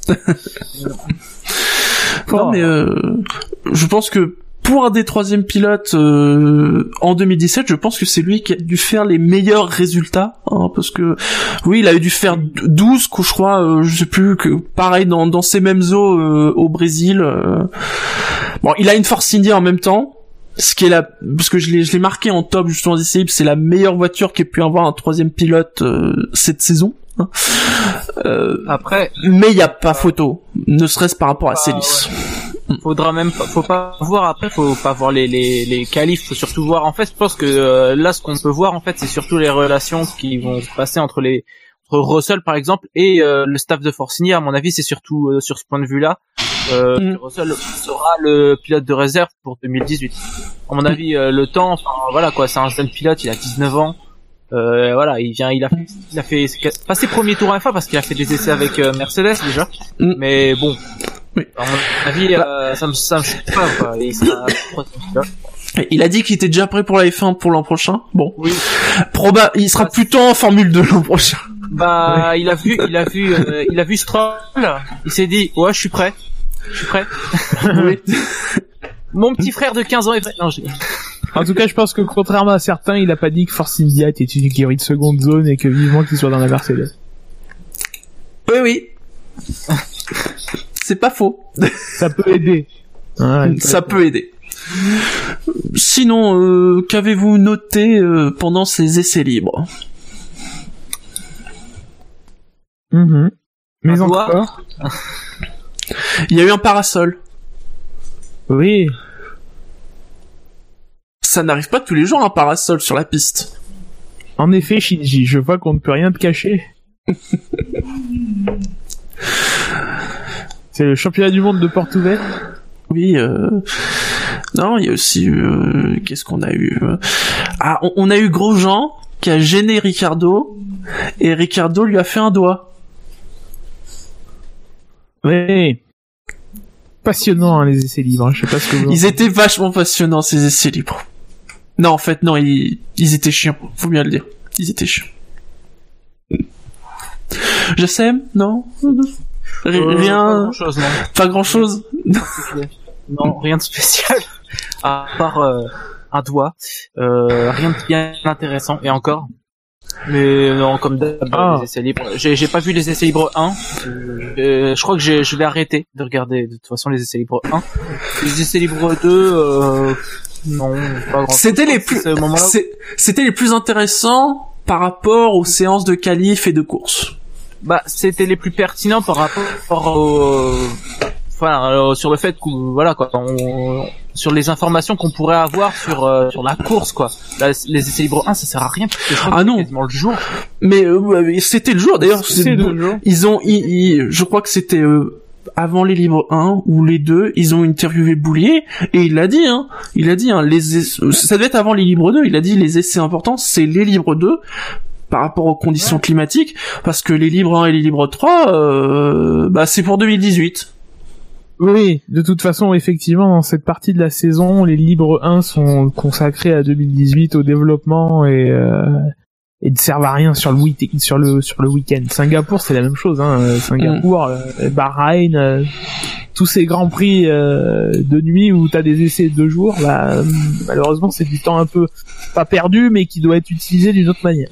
B: Non, mais euh, je pense que pour un des troisièmes pilotes euh, en deux mille dix-sept, je pense que c'est lui qui a dû faire les meilleurs résultats, hein, parce que oui, il a dû faire douze, je crois, euh, je sais plus, que pareil dans dans ces mêmes eaux euh, au Brésil. Euh. Bon, il a une Force India en même temps, ce qui est la, parce que je l'ai je l'ai marqué en top justement d'essai libre, c'est la meilleure voiture qu'ait pu avoir un troisième pilote euh, cette saison. Euh,
D: Après,
B: mais il y a pas photo, ne serait-ce par rapport à Célis.
D: Ouais. Faudra même pas, faut pas voir après, faut pas voir les les les qualifs, faut surtout voir. En fait, je pense que euh, là, ce qu'on peut voir en fait, c'est surtout les relations qui vont se passer entre les entre Russell par exemple et euh, le staff de Force India. À mon avis, c'est surtout euh, sur ce point de vue-là. Euh, mm. Russell sera le pilote de réserve pour deux mille dix-huit. À mon avis, euh, le temps, enfin voilà quoi, c'est un jeune pilote, il a dix-neuf ans. Euh, voilà, il vient, il a, il a fait pas ses premiers tours à F un parce qu'il a fait des essais avec euh, Mercedes déjà, mm. mais bon, oui. À mon avis, euh, ça me, ça me choque pas, quoi. Il sera...
B: Il a dit qu'il était déjà prêt pour la F un pour l'an prochain. Bon,
D: oui.
B: Proba, il sera bah, plutôt en Formule deux l'an prochain.
D: Bah, oui. il a vu, il a vu, euh, il a vu Stroll. Il s'est dit, ouais, je suis prêt, je suis prêt. Oui. Mon petit frère de quinze ans est prêt. Non, je...
C: En tout cas, je pense que contrairement à certains, il a pas dit que Force India était une écurie de seconde zone et que vivement qu'il soit dans la Mercedes.
B: Oui, oui. C'est pas faux.
C: Ça peut aider.
B: Ah, ça peut aider. Sinon, euh, qu'avez-vous noté euh, pendant ces essais libres?
C: Mmh. Mais encore.
B: Il y a eu un parasol.
C: Oui.
B: Ça n'arrive pas tous les jours un parasol sur la piste.
C: En effet, Shinji, je vois qu'on ne peut rien te cacher. C'est le championnat du monde de porte ouverte.
B: Oui, euh... non, il y a aussi euh... qu'est-ce qu'on a eu Ah, on, on a eu Grosjean qui a gêné Ricardo et Ricardo lui a fait un doigt.
C: Oui. Passionnant, hein, les essais libres. Je sais pas ce que vous
B: Ils étaient vachement passionnants, ces essais libres. Non, en fait, non, ils, ils étaient chiants. Faut bien le dire. Ils étaient chiants. Je sais, non? R-
D: euh,
B: rien.
D: Pas grand chose, non.
B: Pas grand chose.
D: Non, rien de spécial. À part euh, un doigt. Euh, rien de bien intéressant. Et encore. Mais non, comme d'hab, ah. les essais libres. J'ai, j'ai pas vu les essais libres un. Euh, je crois que j'ai, je vais arrêter de regarder de toute façon les essais libres un. Les essais libres deux, euh, non, pas grand chose.
B: C'était les plus, c'est, c'était les plus intéressants par rapport aux séances de qualif et de course.
D: Bah, c'était les plus pertinents par rapport au, enfin, euh, sur le fait que, voilà, quoi, on, sur les informations qu'on pourrait avoir sur euh, sur la course, quoi. Là, les essais libres un, ça sert à rien parce que je crois
B: ah
D: que
B: non,
D: c'est quasiment le jour.
B: Mais euh, c'était le jour d'ailleurs.
C: C'est, c'est le jour.
B: Ils ont, ils, ils, je crois que c'était euh, avant les libres un ou les deux, ils ont interviewé Boulier et il l'a dit, hein. Il a dit, hein, les essais, ça devait être avant les libres deux. Il a dit les essais importants, c'est les libres deux. Par rapport aux conditions ouais. climatiques, parce que les libres un et les libres trois, euh, bah c'est pour deux mille dix-huit.
C: Oui, de toute façon, effectivement, dans cette partie de la saison, les libres un sont consacrés à deux mille dix-huit au développement et euh, et ne servent à rien sur le week sur le sur le week-end. Singapour, c'est la même chose, hein. Singapour, mm. euh, Bahreïn, euh, tous ces grands prix euh, de nuit où t'as des essais de deux jours, bah euh, malheureusement, c'est du temps un peu pas perdu, mais qui doit être utilisé d'une autre manière.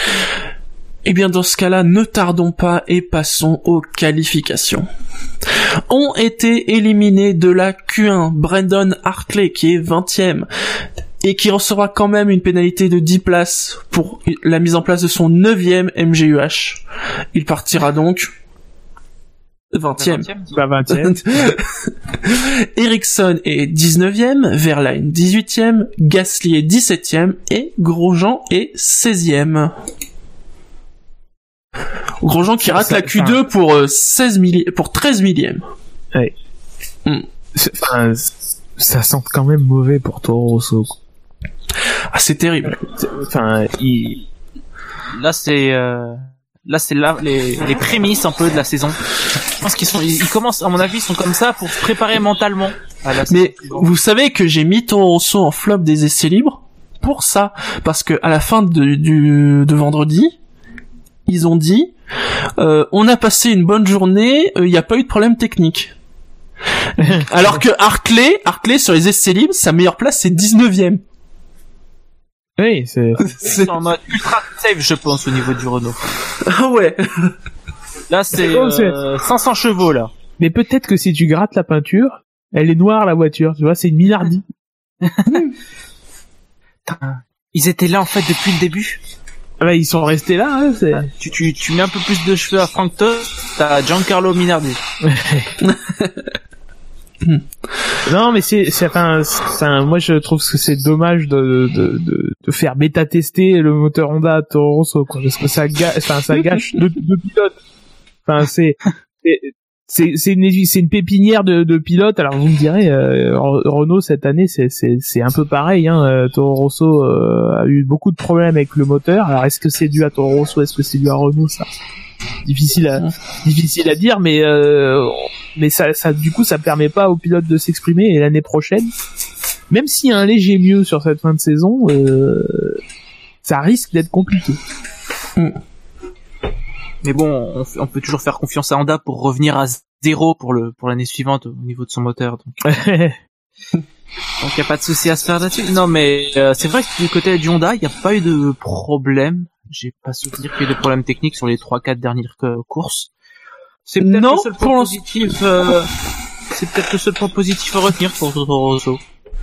B: Eh bien, dans ce cas-là, ne tardons pas et passons aux qualifications. ont été éliminés de la Q un. Brandon Hartley, qui est vingtième, et qui recevra quand même une pénalité de dix places pour la mise en place de son neuvième M G U H. Il partira donc vingtième.
C: Bah, vingtième.
B: Ericsson est dix-neuvième, Verlaine dix-huitième, Gasly est dix-septième et Grosjean est seizième. Grosjean qui rate
C: ça,
B: la Q deux
C: enfin...
B: pour euh, seize milli... pour treize millième.
C: Ouais.
B: Mm.
C: Enfin, ça sent quand même mauvais pour Toro Rosso.
B: Ah, c'est terrible.
C: Enfin, il...
D: Là, c'est euh... là, c'est là les, les prémices un peu de la saison. Je pense qu'ils sont, ils commencent, à mon avis, ils sont comme ça pour se préparer mentalement à la saison.
B: Mais vous savez que j'ai mis Toro Rosso en flop des essais libres pour ça, parce que à la fin de, du de vendredi, ils ont dit, euh, on a passé une bonne journée, il euh, n'y a pas eu de problème technique. Alors que Hartley, Hartley sur les essais libres, sa meilleure place c'est dix-neuvième.
C: Oui, c'est...
D: c'est en mode ultra safe, je pense, au niveau du Renault.
B: Ah ouais.
D: Là, c'est euh, cinq cents chevaux, là.
C: Mais peut-être que si tu grattes la peinture, elle est noire, la voiture, tu vois, c'est une Minardi.
D: Ils étaient là, en fait, depuis le début.
C: Ah bah, ils sont restés là, hein, c'est...
D: Tu, tu, tu mets un peu plus de cheveux à Frank Tost, t'as Giancarlo Minardi.
C: Non, mais c'est, c'est, enfin, c'est un, moi je trouve que c'est dommage de, de, de, de faire bêta-tester le moteur Honda à Toro Rosso, quoi, parce que ça gâche, enfin, ça gâche deux, deux pilotes. Enfin, c'est, c'est, c'est, c'est une, c'est une pépinière de, de pilotes. Alors vous me direz, euh, Renault cette année, c'est, c'est, c'est un peu pareil, hein. Euh, Toro Rosso euh, a eu beaucoup de problèmes avec le moteur. Alors est-ce que c'est dû à Toro Rosso, est-ce que c'est dû à Renault, ça? Difficile à, difficile à dire, mais euh, mais ça, ça, du coup, ça permet pas aux pilotes de s'exprimer. Et l'année prochaine, même s'il y a un léger mieux sur cette fin de saison, euh, ça risque d'être compliqué.
D: Mm. Mais bon, on, on peut toujours faire confiance à Honda pour revenir à zéro pour le pour l'année suivante au niveau de son moteur. Donc, donc y a pas de souci à se faire là-dessus. Non, mais euh, c'est vrai que du côté du Honda, il y a pas eu de problème. J'ai pas souvenir qu'il y ait des problèmes techniques sur les trois quatre dernières euh, courses. C'est peut-être
B: non,
D: le seul point positif. Euh, c'est peut-être le seul point positif à retenir pour Toro Rosso.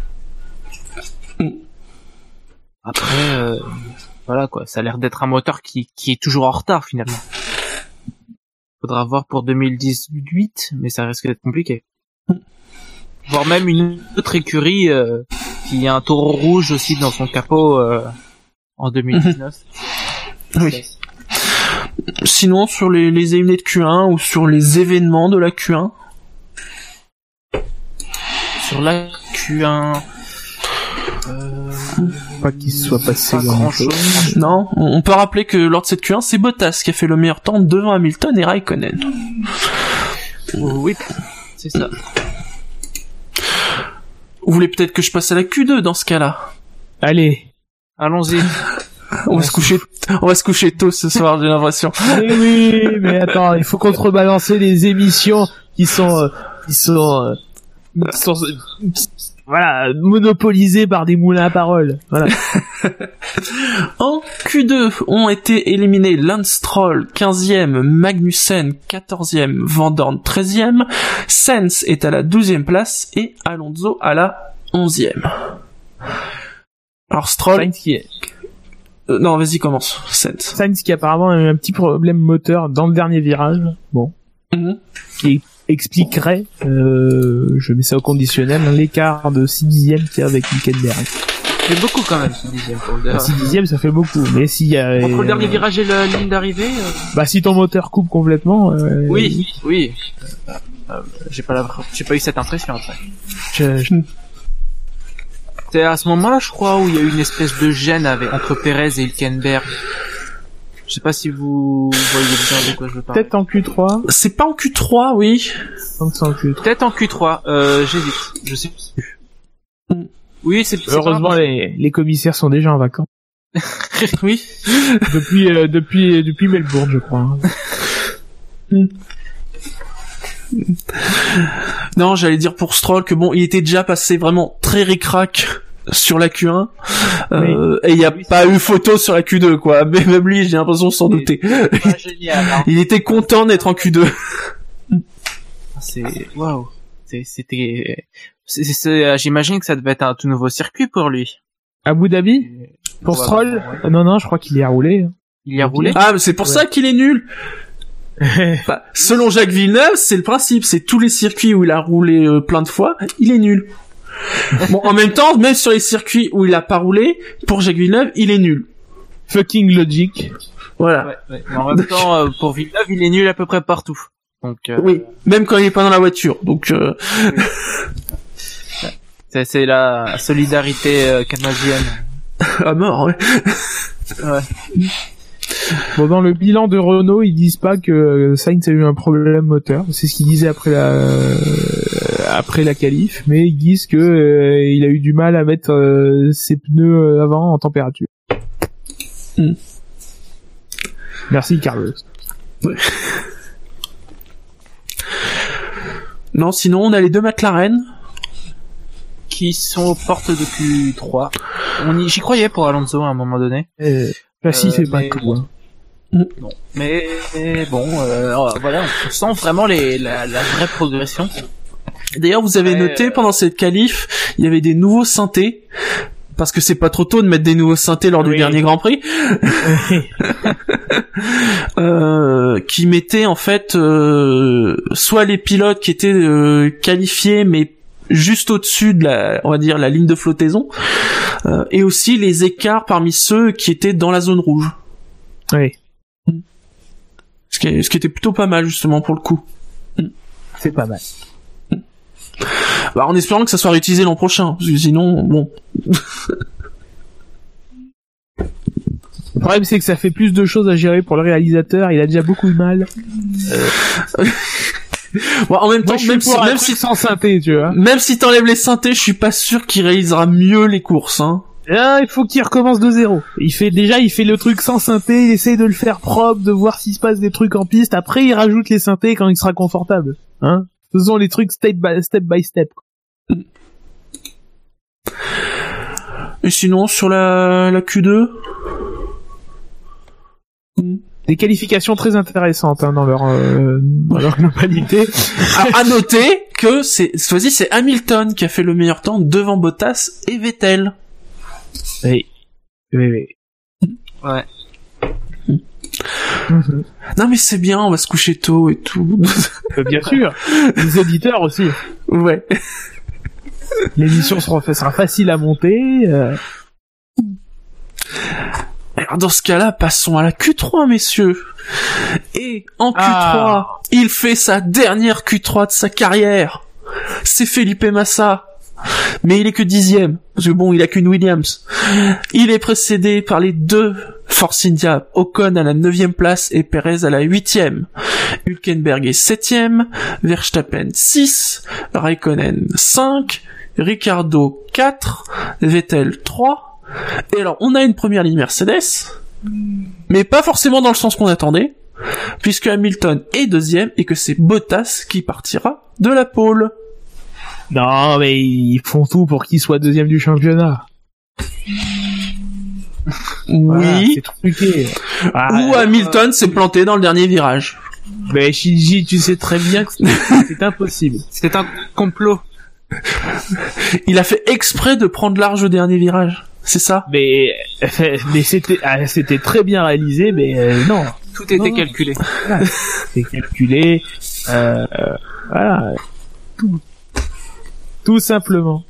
D: Après, euh, voilà quoi, ça a l'air d'être un moteur qui qui est toujours en retard finalement. Faudra voir pour deux mille dix-huit, mais ça risque d'être compliqué. Voire même une autre écurie euh, qui a un taureau rouge aussi dans son capot euh, en deux mille dix-neuf.
B: Oui. Sinon, sur les, les éliminés de Q un ou sur les événements de la Q un?
D: Sur la Q un... Euh...
C: Pas qu'il soit passé
D: grand chose.
B: Non, on peut rappeler que lors de cette Q un, c'est Bottas qui a fait le meilleur temps devant Hamilton et Raikkonen.
D: Oui, c'est ça.
B: Vous voulez peut-être que je passe à la Q deux dans ce cas-là?
C: Allez.
D: Allons-y.
B: On va se coucher, on va se coucher tôt ce soir, j'ai l'impression.
C: Mais oui, mais attends, il faut contrebalancer les émissions qui sont, euh, qui sont, euh, qui sont, euh, voilà, monopolisées par des moulins à paroles. Voilà.
B: En Q deux ont été éliminés Lance Stroll quinzième, Magnussen quatorzième, Van Dorn treizième, Sainz est à la douzième place et Alonso à la onzième. Alors Stroll...
C: Sainz qui est...
B: Euh, non, vas-y, commence. Sainz.
C: Sainz qui apparemment a eu un petit problème moteur dans le dernier virage. Bon.
B: Mm-hmm.
C: Qui expliquerait, euh, je mets ça au conditionnel, l'écart de six dixièmes qu'il y a avec Hülkenberg.
D: Ça fait beaucoup quand même, six dixièmes pour le
C: six dixièmes, ça fait beaucoup. Mais s'il y a...
D: Entre le dernier virage et la ligne d'arrivée... Euh...
C: Bah, si ton moteur coupe complètement... Euh...
D: Oui, oui. Euh, euh, j'ai pas la... j'ai pas eu cette impression après.
C: Je... je...
D: C'est à ce moment-là, je crois, où il y a eu une espèce de gêne avec, entre Perez et Hülkenberg. Je sais pas si vous voyez bien de quoi je veux parler.
C: Peut-être en Q trois.
B: C'est pas en Q trois, oui.
C: En Q trois.
D: Peut-être en Q trois, euh, j'hésite. Je sais plus. Mm. Oui, c'est, c'est
C: heureusement, les, les commissaires sont déjà en vacances.
D: Oui.
C: Depuis, euh, depuis, depuis Melbourne, je crois.
B: Mm. Non, j'allais dire pour Stroll que bon, il était déjà passé vraiment très ric-rac sur la Q un, euh, oui. Et il n'y a oui, pas eu photo sur la Q deux, quoi. Mais même lui, j'ai l'impression de s'en douter.
D: Génial, hein.
B: Il était content d'être en Q deux.
D: c'est waouh. C'est, c'était, c'est, c'est, j'imagine que ça devait être un tout nouveau circuit pour lui.
C: Abu Dhabi pour
D: Voilà,
C: Stroll.
D: ouais.
C: Non non, je crois qu'il y a roulé.
D: Il y a roulé.
B: Ah, mais c'est pour
C: Ouais.
B: ça qu'il est nul. Enfin, selon Jacques Villeneuve, c'est le principe, c'est tous les circuits où il a roulé euh, plein de fois, il est nul. Bon, en même temps, même sur les circuits où il a pas roulé, pour Jacques Villeneuve, il est nul.
C: Fucking logic.
B: Voilà.
D: Ouais, ouais. Mais en même temps, euh, pour Villeneuve, il est nul à peu près partout. Donc, euh,
B: Oui, même quand il est pas dans la voiture. Donc, euh...
D: c'est, c'est la solidarité euh, canadienne.
B: à mort, ouais.
D: Ouais.
C: Bon, dans le bilan de Renault, ils disent pas que Sainz a eu un problème moteur. C'est ce qu'ils disaient après la euh, après la qualif, mais ils disent que euh, il a eu du mal à mettre euh, ses pneus avant en température.
B: Mm.
C: Merci Carlos.
B: Ouais. Non, sinon on a les deux McLaren.
D: Qui sont aux portes de Q trois. On y, j'y croyais pour Alonso à un moment donné.
C: Euh, bah si,
D: Euh,
C: c'est pas
D: mais-
C: tout. Hein.
D: Non. Mais, mais bon, euh, voilà, on sent vraiment les, la, la vraie progression.
B: D'ailleurs, vous avez
D: Ouais,
B: noté
D: euh,
B: pendant cette qualif, il y avait des nouveaux synthés. Parce que c'est pas trop tôt de mettre des nouveaux synthés lors du
C: Oui.
B: dernier Grand Prix. euh, qui mettaient en fait euh, soit les pilotes qui étaient euh, qualifiés mais juste au-dessus de la, on va dire, la ligne de flottaison, euh, et aussi les écarts parmi ceux qui étaient dans la zone rouge.
C: Oui,
B: Ce qui, est, ce qui était plutôt pas mal justement pour le coup.
C: c'est pas mal.
B: Bah, en espérant que ça soit réutilisé l'an prochain, parce que sinon, bon.
C: Le problème, c'est que ça fait plus de choses à gérer pour le réalisateur. Il a déjà beaucoup de mal.
B: Bon, en même temps,
C: Moi, je suis
B: même si,
C: pour un
B: même
C: truc
B: si,
C: sans synthé, tu vois.
B: même si t'enlèves les synthés, je suis pas sûr qu'il réalisera mieux les courses, hein.
C: Là, il faut qu'il recommence de zéro. Il fait déjà, il fait le truc sans synthé, il essaye de le faire propre, de voir s'il se passe des trucs en piste. Après, il rajoute les synthés quand il sera confortable. Hein? Faisons les trucs step by step. By step.
B: Et sinon, sur la, la Q deux?
C: Des qualifications très intéressantes hein, dans leur euh, dans leur globalité.
B: à, à noter que c'est, cette fois-ci, c'est Hamilton qui a fait le meilleur temps devant Bottas et Vettel.
C: Oui, oui, oui.
D: Ouais.
C: Mhm.
B: Non mais c'est bien, on va se coucher tôt et tout.
C: Euh, Bien sûr. Les auditeurs aussi.
B: Ouais.
C: L'émission sera, sera facile à monter. Euh...
B: Alors dans ce cas-là, passons à la Q trois, messieurs. Et en Q trois,
C: Ah.
B: il fait sa dernière Q trois de sa carrière. C'est Felipe Massa. Mais il est que dixième, parce que bon, il a qu'une Williams. Il est précédé par les deux Force India, Ocon à la neuvième place et Perez à la huitième. Hülkenberg est septième, Verstappen six, Raikkonen cinq, Ricciardo quatre, Vettel trois. Et alors, on a une première ligne Mercedes, mais pas forcément dans le sens qu'on attendait, puisque Hamilton est deuxième et que c'est Bottas qui partira de la pole.
C: Non, mais ils font tout pour qu'il soit deuxième du championnat. Voilà,
B: Oui.
C: c'est truqué. Ah,
B: Ou Hamilton s'est planté dans le dernier virage.
C: Mais Shinji, tu sais très bien que c'est impossible.
D: C'est un complot.
B: Il a fait exprès de prendre large au dernier virage. C'est ça?
C: Mais mais c'était ah, c'était très bien réalisé, mais euh, non,
D: Tout était
C: Non.
D: calculé.
C: voilà, c'est calculé. Euh, euh, voilà, tout, tout simplement.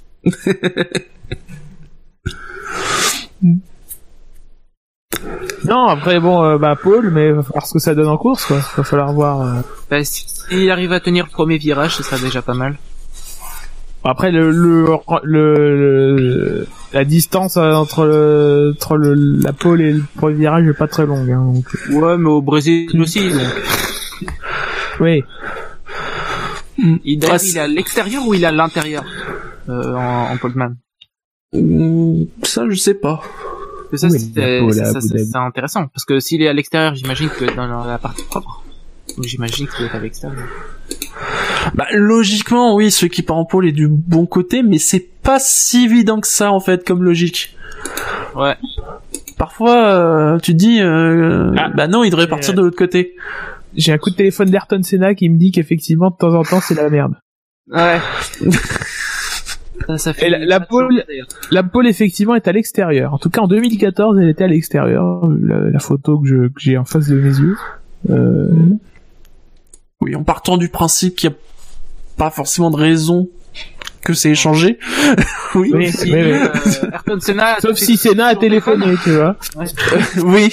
C: Non, après bon, euh, bah Paul, mais va falloir ce que ça donne en course, quoi. Va falloir voir. euh.
D: Bah, si, s'il arrive à tenir le premier virage, ce sera déjà pas mal.
C: Après le le, le, le- la distance euh, entre le, entre le, la pole et le premier virage est pas très longue, hein, donc.
D: Ouais, mais au Brésil aussi, donc.
C: Oui.
D: Il,
B: Ah,
D: d'ailleurs,
B: c'est-
D: il est à l'extérieur ou il est à l'intérieur, euh, en, en poleman?
B: Hum, Ça, je sais pas.
D: Que ça,
C: Oui,
D: c'est,
C: la pole à
D: ça, ça,
C: Abu
D: c'est,
C: Dhabi.
D: c'est intéressant. Parce que s'il est à l'extérieur, j'imagine qu'il doit être dans la partie propre. Donc j'imagine qu'il doit être à l'extérieur.
B: Bah, logiquement, oui, celui qui part en pôle est du bon côté, mais c'est pas si évident que ça, en fait, comme logique.
D: Ouais.
B: Parfois, euh, tu te dis, euh,
C: Ah.
B: bah non, il devrait partir
C: Euh.
B: de l'autre côté.
C: j'ai un coup de téléphone d'Ayrton Senna qui me dit qu'effectivement de temps en temps c'est la merde.
D: Ouais. ça, ça fait
C: Et la, la pole, la pole effectivement est à l'extérieur. En tout cas en deux mille quatorze elle était à l'extérieur. La, la photo que, je, que j'ai en face de mes yeux. Euh...
B: Mmh. Oui, en partant du principe qu'il n'y a pas forcément de raison que c'est échangé. oui.
C: Oui,
D: si,
C: oui, oui.
D: euh, Ayrton Senna,
C: sauf si Senna a téléphoné, tu vois.
D: Ouais.
B: oui.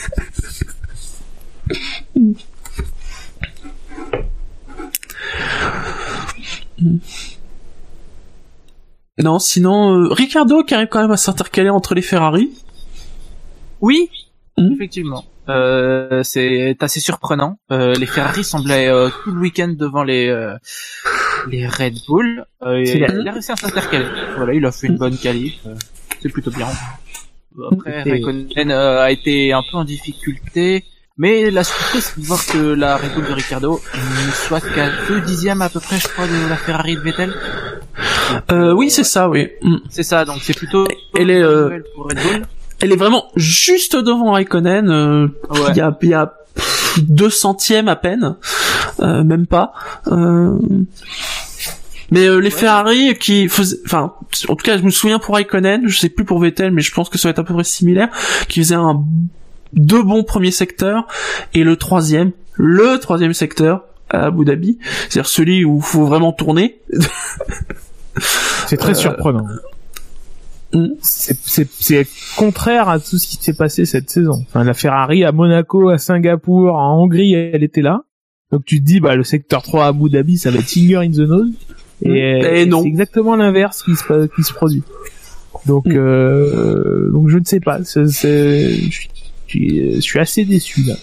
B: Non, sinon, euh, Ricciardo qui arrive quand même à s'intercaler entre les Ferrari.
D: Oui,
B: Mmh.
D: effectivement. Euh, c'est assez surprenant. Euh, les Ferrari semblaient euh, tout le week-end devant les euh, les Red Bull. Euh, et
C: C'est la-
D: il a réussi à s'intercaler. Voilà, il a fait une bonne qualif. Euh, c'est plutôt bien. Après,
C: Et-
D: Raikkonen euh, a été un peu en difficulté. Mais la surprise, c'est de voir que la Red Bull de Ricciardo ne soit qu'à deux dixièmes à peu près, je crois, de la Ferrari de Vettel.
B: Euh, oui, c'est ça, oui. Mm.
D: C'est ça, donc c'est plutôt
B: Elle est,
D: une
B: euh,
D: nouvelle pour Red Bull.
B: Elle est vraiment juste devant Raikkonen. Euh,
D: Ouais.
B: Il y a, il y a pff, deux centièmes à peine, euh, même pas. Euh... Mais euh, les
D: Ouais.
B: Ferrari qui faisaient, enfin, en tout cas, je me souviens pour Raikkonen, je sais plus pour Vettel, mais je pense que ça va être à peu près similaire, qui faisait un deux bons premiers secteurs et le troisième, le troisième secteur à Abu Dhabi, c'est-à-dire celui où il faut vraiment tourner.
C: C'est très
B: Euh,
C: surprenant.
B: Mm.
C: C'est, c'est, c'est contraire à tout ce qui s'est passé cette saison. Enfin, la Ferrari à Monaco, à Singapour, en Hongrie, elle était là. Donc tu te dis, bah le secteur trois à Abu Dhabi, ça va être finger in the nose. Et,
B: Et
C: et
B: non.
C: c'est exactement l'inverse qui se, qui se produit. Donc,
B: Mm.
C: euh, donc je ne sais pas. C'est, c'est, je, suis, je suis- je suis assez déçu là.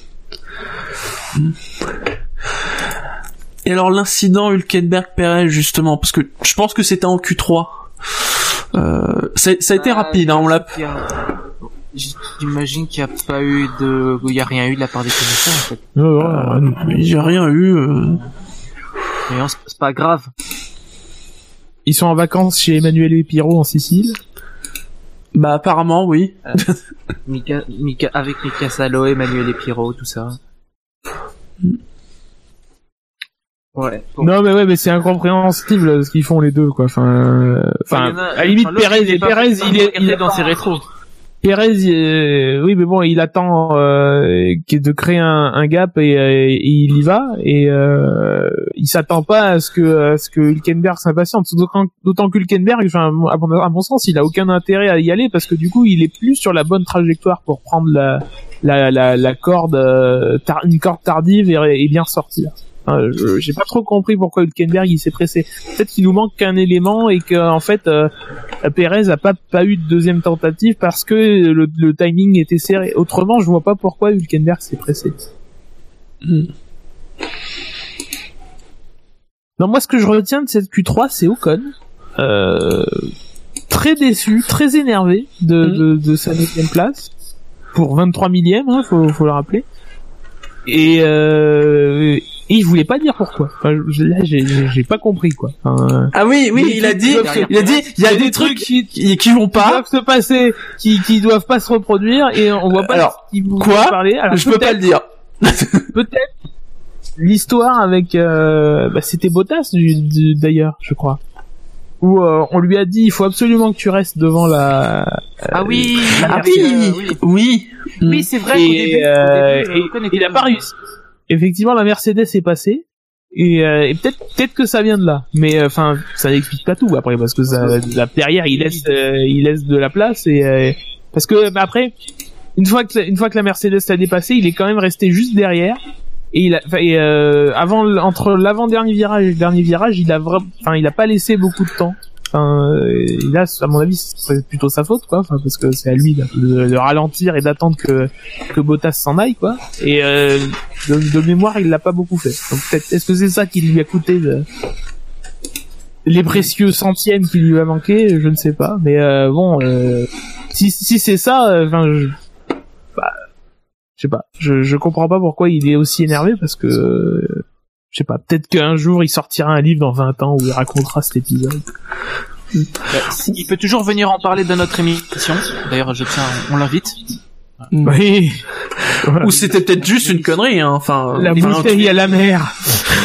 B: Et alors l'incident Hülkenberg-Perez justement, parce que je pense que c'était en Q trois. Euh, ça, ça a été
D: Ah,
B: rapide, hein, on l'a.
D: il y a- J'imagine qu'il n'y a pas eu de, il n'y a rien eu de la part des commissaires, en fait.
C: Non, non,
B: Euh,
C: non, non.
B: J'ai rien eu. Euh...
D: Mais non, c'est c'est pas grave.
C: Ils sont en vacances chez Emmanuel et Pirot en Sicile.
B: Bah apparemment oui.
D: Mika, Mika, avec Mika Salo, Emmanuel et Pirot, tout ça. Ouais. Bon.
C: Non, mais ouais, mais c'est incompréhensible ce qu'ils font les deux, quoi. Enfin, euh, enfin,
D: Il y en a-
C: à la limite,
D: enfin, l'autre,
C: Perez,
D: il est pas
C: Perez, il est, il est
D: dans ses rétros.
C: Perez, euh, oui, mais bon, il attend euh, qui est de créer un, un gap et, euh, et il y va et euh, il s'attend pas à ce que à ce que Hülkenberg s'impatiente. D'autant, d'autant que Hülkenberg, enfin, à mon, à mon sens, il a aucun intérêt à y aller parce que du coup, il est plus sur la bonne trajectoire pour prendre la la la, la corde, euh, tar, une corde tardive et, et bien sortir. Enfin, je, j'ai pas trop compris pourquoi Hülkenberg il s'est pressé. Peut-être qu'il nous manque qu'un élément et que en fait euh, Perez a pas pas eu de deuxième tentative parce que le, le timing était serré. Autrement, je vois pas pourquoi Hülkenberg s'est pressé.
B: Mm.
C: Non, moi ce que je retiens de cette Q trois, c'est Ocon. Euh, très déçu, très énervé de,
B: Mm.
C: de, de sa neuvième place pour vingt-trois millième, hein, faut, faut le rappeler. Et, euh, et il voulait pas dire pourquoi. Enfin, je- là, j'ai, j'ai j'ai pas compris quoi. Enfin,
B: Ah oui oui,
C: Mais
B: il a
C: il
B: dit,
C: doit-
B: il a dit, il y a des trucs qui qui vont
C: qui
B: pas.
C: doivent se passer, qui, qui doivent pas se reproduire, et on voit pas
B: Alors,
C: ce qu'ils vont
B: quoi
C: parler. Alors,
B: Je peux pas le dire.
C: peut-être l'histoire avec, euh, bah, c'était Bottas du, du- d'ailleurs, je crois, où euh, on lui a dit il faut absolument que tu restes devant la.
D: Ah oui,
B: Ah
D: avec,
B: oui,
D: euh, oui.
B: oui.
D: Oui, c'est vrai qu'au
C: Et,
D: début,
C: euh,
D: au début,
C: et-
D: Ocon
C: il
D: était
C: a pas
D: bon.
C: réussi. Effectivement, la Mercedes est passée. Et, euh, et peut-être peut-être que ça vient de là, mais enfin ça n'explique pas tout après parce que ça, là, derrière il laisse euh, il laisse de la place et euh, parce que bah, après une fois que une fois que la Mercedes l'a dépassé, il est quand même resté juste derrière et il a enfin, et, euh, avant entre l'avant-dernier virage et le dernier virage, il a vraiment enfin il a pas laissé beaucoup de temps. Enfin, euh, là, à mon avis, c'est plutôt sa faute, quoi. Enfin, parce que c'est à lui de, de, de ralentir et d'attendre que que Bottas s'en aille, quoi. Et euh, de, de mémoire, il l'a pas beaucoup fait. Donc peut-être, est-ce que c'est ça qui lui a coûté de... les précieux centièmes qui lui a manqué? Je ne sais pas. Mais euh, bon, euh, si si c'est ça, enfin, euh, je... bah, je sais pas. Je je comprends pas pourquoi il est aussi énervé parce que. Euh, je sais pas, peut-être qu'un jour il sortira un livre dans vingt ans où il racontera cet épisode.
D: Il peut toujours venir en parler de notre émission. D'ailleurs, je tiens, on l'invite.
C: Oui.
B: Ou c'était peut-être juste une connerie, hein. Enfin,
C: la
B: enfin,
C: bouteille
B: tu-
C: à la mer.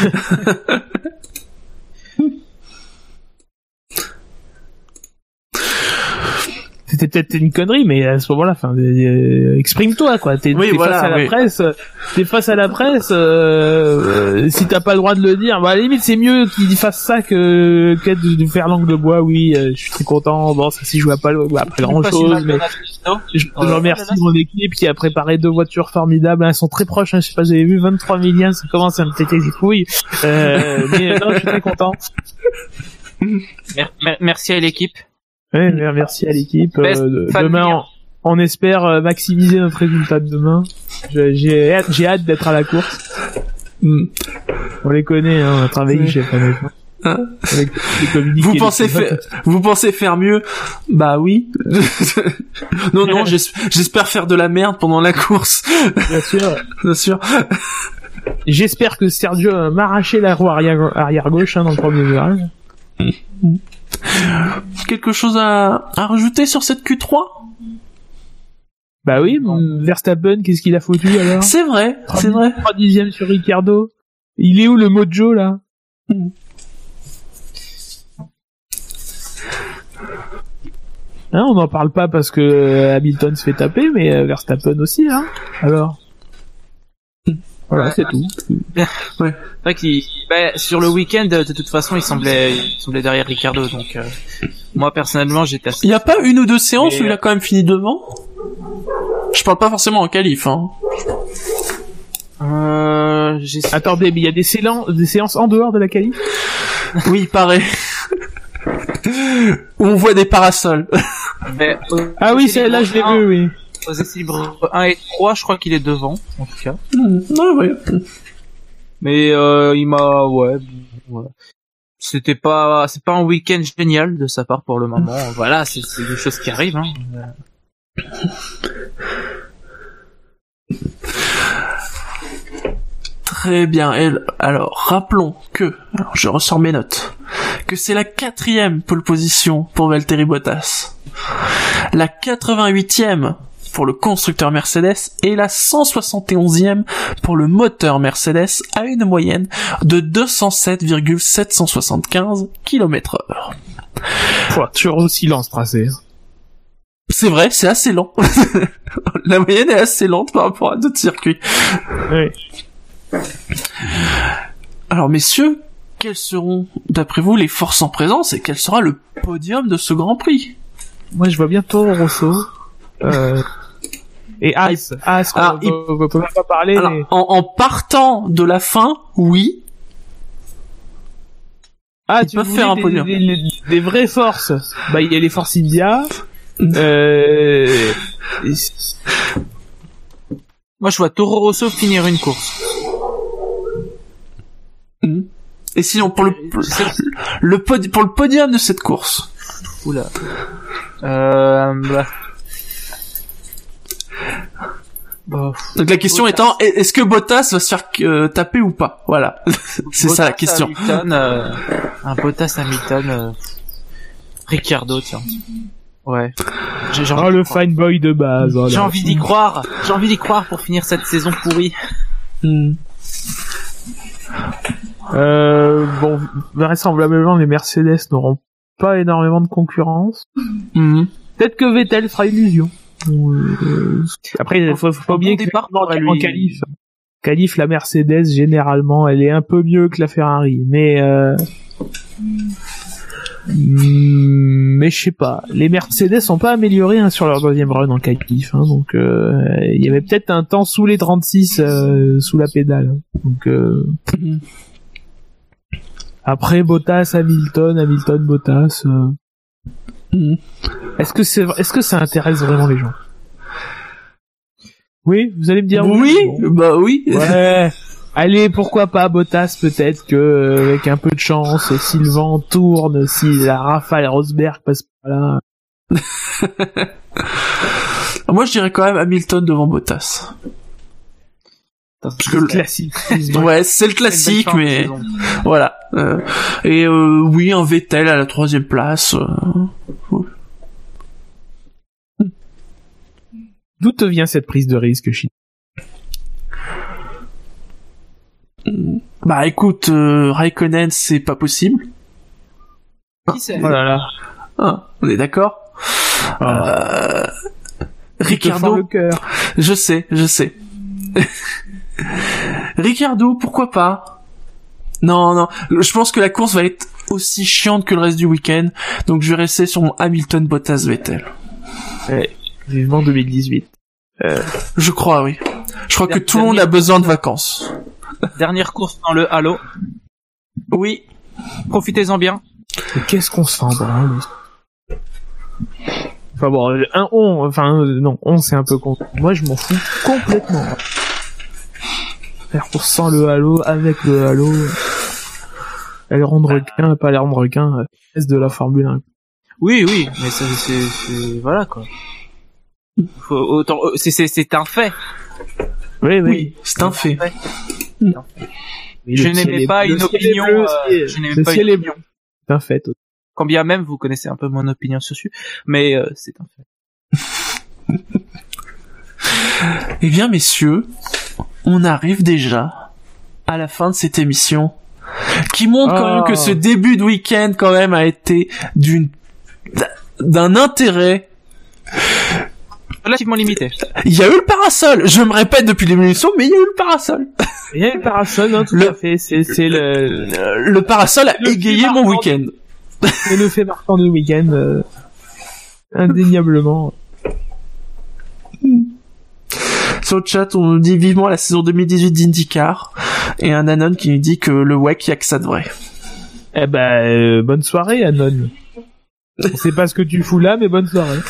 C: C'était peut-être une connerie, mais à ce moment-là, enfin, euh, exprime-toi, quoi. T'es,
B: Oui,
C: t'es
B: voilà,
C: face à la
B: oui.
C: presse, t'es face à la presse. Euh, euh, si t'as pas le droit de le dire, bah à la limite c'est mieux qu'il fasse ça que qu'être de, de faire langue de bois. Oui, euh, je suis très content. Bon, ça s'y joue à pas, à pas grand-chose, mais je, je remercie mon équipe qui a préparé deux voitures formidables. Elles sont très proches. Hein, je sais pas, vous avez vu vingt-trois millions, ça commence à me péter les couilles. Euh, mais non, je suis très content.
D: Mer- mer- merci à l'équipe.
C: Ouais, merci à l'équipe.
D: Best
C: Euh,
D: fan
C: demain,
D: player.
C: on, on espère euh, maximiser notre résultat de demain. Je- J'ai hâte, j'ai hâte d'être à la course.
B: Hmm.
C: On les connaît, hein, on a travaillé
B: Ouais.
C: chez Planet.
B: Hein
C: Avec les communiqués,
B: Vous
C: les
B: pensez
C: pilotes.
B: faire, vous pensez faire mieux? Bah oui. non, non, j'es- j'espère faire de la merde pendant la course.
C: Bien sûr.
B: Bien sûr.
C: J'espère que Sergio va m'arracher la roue arrière, arrière gauche hein, dans le premier virage.
B: Quelque chose à, à rajouter sur cette Q trois?
C: Bah oui, mm, Verstappen, qu'est-ce qu'il a foutu alors?
B: C'est vrai, c'est vrai.
C: trois dixièmes sur Ricciardo. Il est où le mojo là? Hein, on n'en parle pas parce que euh, Hamilton se fait taper, mais euh, Verstappen aussi, hein. Alors. Voilà,
D: Ouais.
C: c'est tout.
D: C'est vrai qu'il, bah, sur le week-end, de toute façon, il semblait, il semblait derrière Ricardo. Donc, euh, moi personnellement, j'étais assez.
B: Il y a pas une ou deux séances
D: Mais,
B: où il a quand même fini devant? Je parle pas forcément en qualif, hein.
D: Euh, j'ai...
C: Attendez, mais il y a des séances, des séances en dehors de la qualif?
B: Oui, il paraît. Où on voit des parasols.
D: Mais, aux-
C: Ah
D: aux
C: oui,
D: essais
C: c'est là, je l'ai
D: libres
C: vu, oui.
D: un- Aux essais libres un et trois, je crois qu'il est devant, en tout cas.
B: Hmm, ouais, ouais.
D: Mais euh, il m'a, ouais, bon, ouais. C'était pas, c'est pas un week-end génial de sa part pour le moment. Voilà, c'est, c'est des choses qui arrivent. Hein.
B: Très bien. Et alors, rappelons que, alors je ressors mes notes, que c'est la quatrième pole position pour Valtteri Bottas, la quatre-vingt-huitième pour le constructeur Mercedes et la cent soixante et onzième pour le moteur Mercedes à une moyenne de deux cent sept virgule sept cent soixante-quinze kilomètres heure.
C: Pouah, toujours aussi lent ce tracé.
B: C'est vrai, c'est assez lent. La moyenne est assez lente par rapport à d'autres circuits.
C: Oui.
B: Alors messieurs, quelles seront, d'après vous, les forces en présence et quel sera le podium de ce Grand Prix?
C: Moi, je vois bien Toro Rosso. Euh... Et As. As, on,
B: Alors,
C: peut, on peut même pas parler,
B: Alors,
C: mais...
B: en, en partant de la fin, oui.
C: Ah,
B: ils
C: tu
B: peuvent
C: voulais
B: faire un
C: des,
B: podium.
C: Des, des- des vraies forces. Bah, il y a les forces India. euh...
D: Moi, je vois Toro Rosso finir une course.
B: Et sinon, pour le, le pod- pour le podium de cette course.
D: Oula. Euh, bah. Bah,
B: Donc la question
D: Bottas.
B: étant, est- est-ce que Bottas va se faire euh, taper ou pas? Voilà. C'est ça la
D: Bottas,
B: question.
D: Hamilton, euh, un Bottas Hamilton, euh, Ricciardo, tiens. Ouais. J'ai, j'ai
C: Oh,
D: envie,
C: le
D: d'y croire.
C: fine boy de base. oh là.
D: J'ai envie d'y croire. J'ai envie d'y croire pour finir cette saison pourrie.
B: Hmm.
C: Euh, bon, vraisemblablement, les Mercedes n'auront pas énormément de concurrence.
B: Hmm.
C: Peut-être que Vettel fera illusion. Euh, Après, il faut, faut pas
D: Un
C: oublier
D: bon
C: que
D: départ
C: en,
D: pourrait
C: en
D: lui-
C: qualif, qualif, la Mercedes, généralement, elle est un peu mieux que la Ferrari. Mais, euh, mm, mais je sais pas. Les Mercedes sont pas améliorés hein, sur leur deuxième run en qualif. Hein, donc, euh, il y avait peut-être un temps sous les trente-six, euh, sous la pédale. Hein. Donc, euh,
B: Hmm.
C: après Bottas, Hamilton, Hamilton, Bottas. Euh...
B: Hmm.
C: Est-ce que c'est, est-ce que ça intéresse vraiment les gens? Oui, vous allez me dire
B: Oui,
C: Bon.
B: bah oui.
C: Ouais. Allez, pourquoi pas Bottas? Peut-être que euh, avec un peu de chance, si le vent tourne, si la Rafale Rosberg passe par là.
B: Moi, je dirais quand même Hamilton devant Bottas.
D: Parce
B: que le-
C: Classique.
B: Ouais, c'est le classique, mais voilà. Euh, et euh, oui, un Vettel à la troisième place. euh, ouais.
C: D'où te vient cette prise de risque, Chine?
B: Bah écoute, euh, Raikkonen, c'est pas possible.
D: Qui c'est?
C: Oh là là.
B: Ah, on est d'accord.
C: Ah.
B: Euh...
C: Je te fends
B: Ricardo,
C: le cœur.
B: je sais, je sais. Ricardo, pourquoi pas? Non, non, je pense que la course va être aussi chiante que le reste du week-end, donc je vais rester sur mon Hamilton Bottas Vettel.
C: Ouais, vivement deux mille dix-huit. Euh,
B: Je crois, oui. Je crois que
D: Dernier-
B: tout le monde a besoin de vacances.
D: Dernière course dans le Halo.
B: Oui.
D: Profitez-en bien.
C: mais qu'est-ce qu'on se fait en branle? Enfin bon, euh, un on, enfin euh, non, on c'est un peu con. Moi je m'en fous complètement. Faire pour sans le halo, avec le halo. Elle rendre requin, pas les rendre requin, est de la Formule un.
D: Oui, oui, mais ça, c'est, c'est, voilà, quoi. Faut, autant, euh, c'est, c'est, c'est un fait.
C: Oui, oui.
B: Oui, c'est un fait.
C: Mais
D: Je
C: le ciel
D: n'aimais
C: est-
D: pas
C: le
D: une
C: ciel est
D: opinion,
C: bleu,
D: euh,
C: c'est-
D: je n'aimais
C: le
D: pas
C: ciel
D: une
C: est bleu. C'est un fait.
D: Quand bien même vous connaissez un peu mon opinion dessus, mais euh, c'est un fait.
B: Eh bien, messieurs, on arrive déjà à la fin de cette émission, qui montre quand
C: Oh.
B: même que ce début de week-end, quand même, a été d'une, d'un intérêt.
D: Relativement limité.
B: Il y a eu le parasol. Je me répète depuis l'émission, mais il y a eu le parasol.
C: Il y a le parasol, hein, tout
B: Le-
C: à fait. C'est, c'est le,
B: Le, le parasol a
C: Le
B: égayé
C: film
B: mon
C: marquant.
B: week-end.
C: c'est le fait marquant du week-end, euh, indéniablement.
B: Sur le chat, on nous dit vivement la saison deux mille dix-huit d'IndyCar, et un Anon qui nous dit que le W E C, y a que ça de vrai.
C: Eh ben, euh, bonne soirée, Anon. On sait pas ce que tu fous là, mais bonne soirée.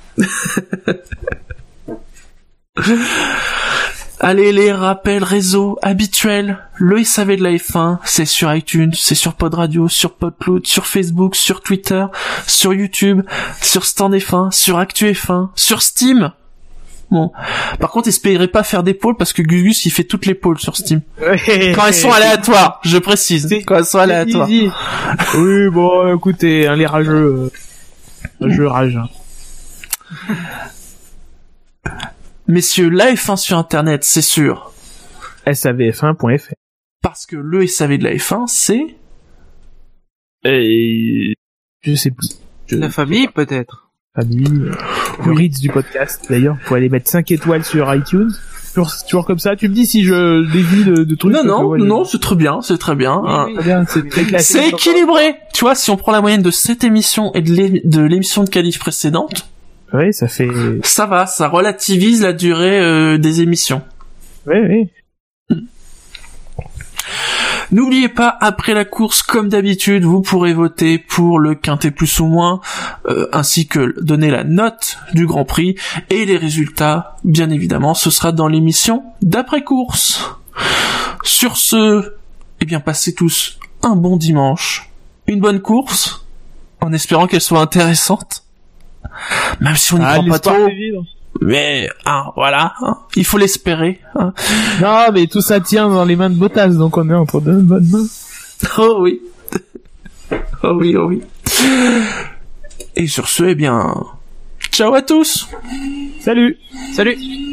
B: Allez, les rappels réseau habituels. Le S A V de la F un, c'est sur iTunes, c'est sur Pod Radio, sur Podcloud, sur Facebook, sur Twitter, sur YouTube, sur Stand F un, sur Actu F un, sur Steam. Bon. Par contre, espérez pas faire des polls parce que Gugus, il fait toutes les polls sur Steam. Quand elles sont aléatoires, je précise.
C: C'est-
B: Quand elles sont aléatoires.
C: Easy. Oui, bon, écoutez, hein, les rageux, euh, rageux rage. hein.
B: Messieurs, la F un sur Internet, c'est sûr.
C: S A V F un point F R.
B: Parce que le S A V de la F un, c'est...
C: Et... Je sais plus. Je...
D: La famille, peut-être.
C: Famille, euh, le Ritz du podcast, d'ailleurs. Vous pouvez aller mettre cinq étoiles sur iTunes. Toujours, toujours comme ça. Tu me dis si je dévie de, de trucs.
B: Non,
C: que-
B: non,
C: ouais,
B: non, c'est très bien, c'est très bien. hein.
C: Très bien, c'est très classique.
B: C'est équilibré. Tu vois, si on prend la moyenne de cette émission et de l'é- de l'émission de qualif précédente,
C: Oui, ça fait...
B: ça va, ça relativise la durée euh, des émissions.
C: Oui, oui.
B: N'oubliez pas, après la course, comme d'habitude, vous pourrez voter pour le quintet plus ou moins, euh, ainsi que donner la note du Grand Prix, et les résultats, bien évidemment, ce sera dans l'émission d'après-course. Sur ce, eh bien, passez tous un bon dimanche, une bonne course, en espérant qu'elle soit intéressante, même si on n'y
C: Ah,
B: croit pas
C: l'espoir
B: trop,
C: fait vivre.
B: mais hein, voilà, hein, il faut l'espérer. Hein.
C: Non, mais tout ça tient dans les mains de Bottas, donc on est entre deux bonnes mains.
B: Oh oui. Oh oui, oh oui. Et sur ce, eh bien, ciao à tous.
C: Salut!
D: Salut!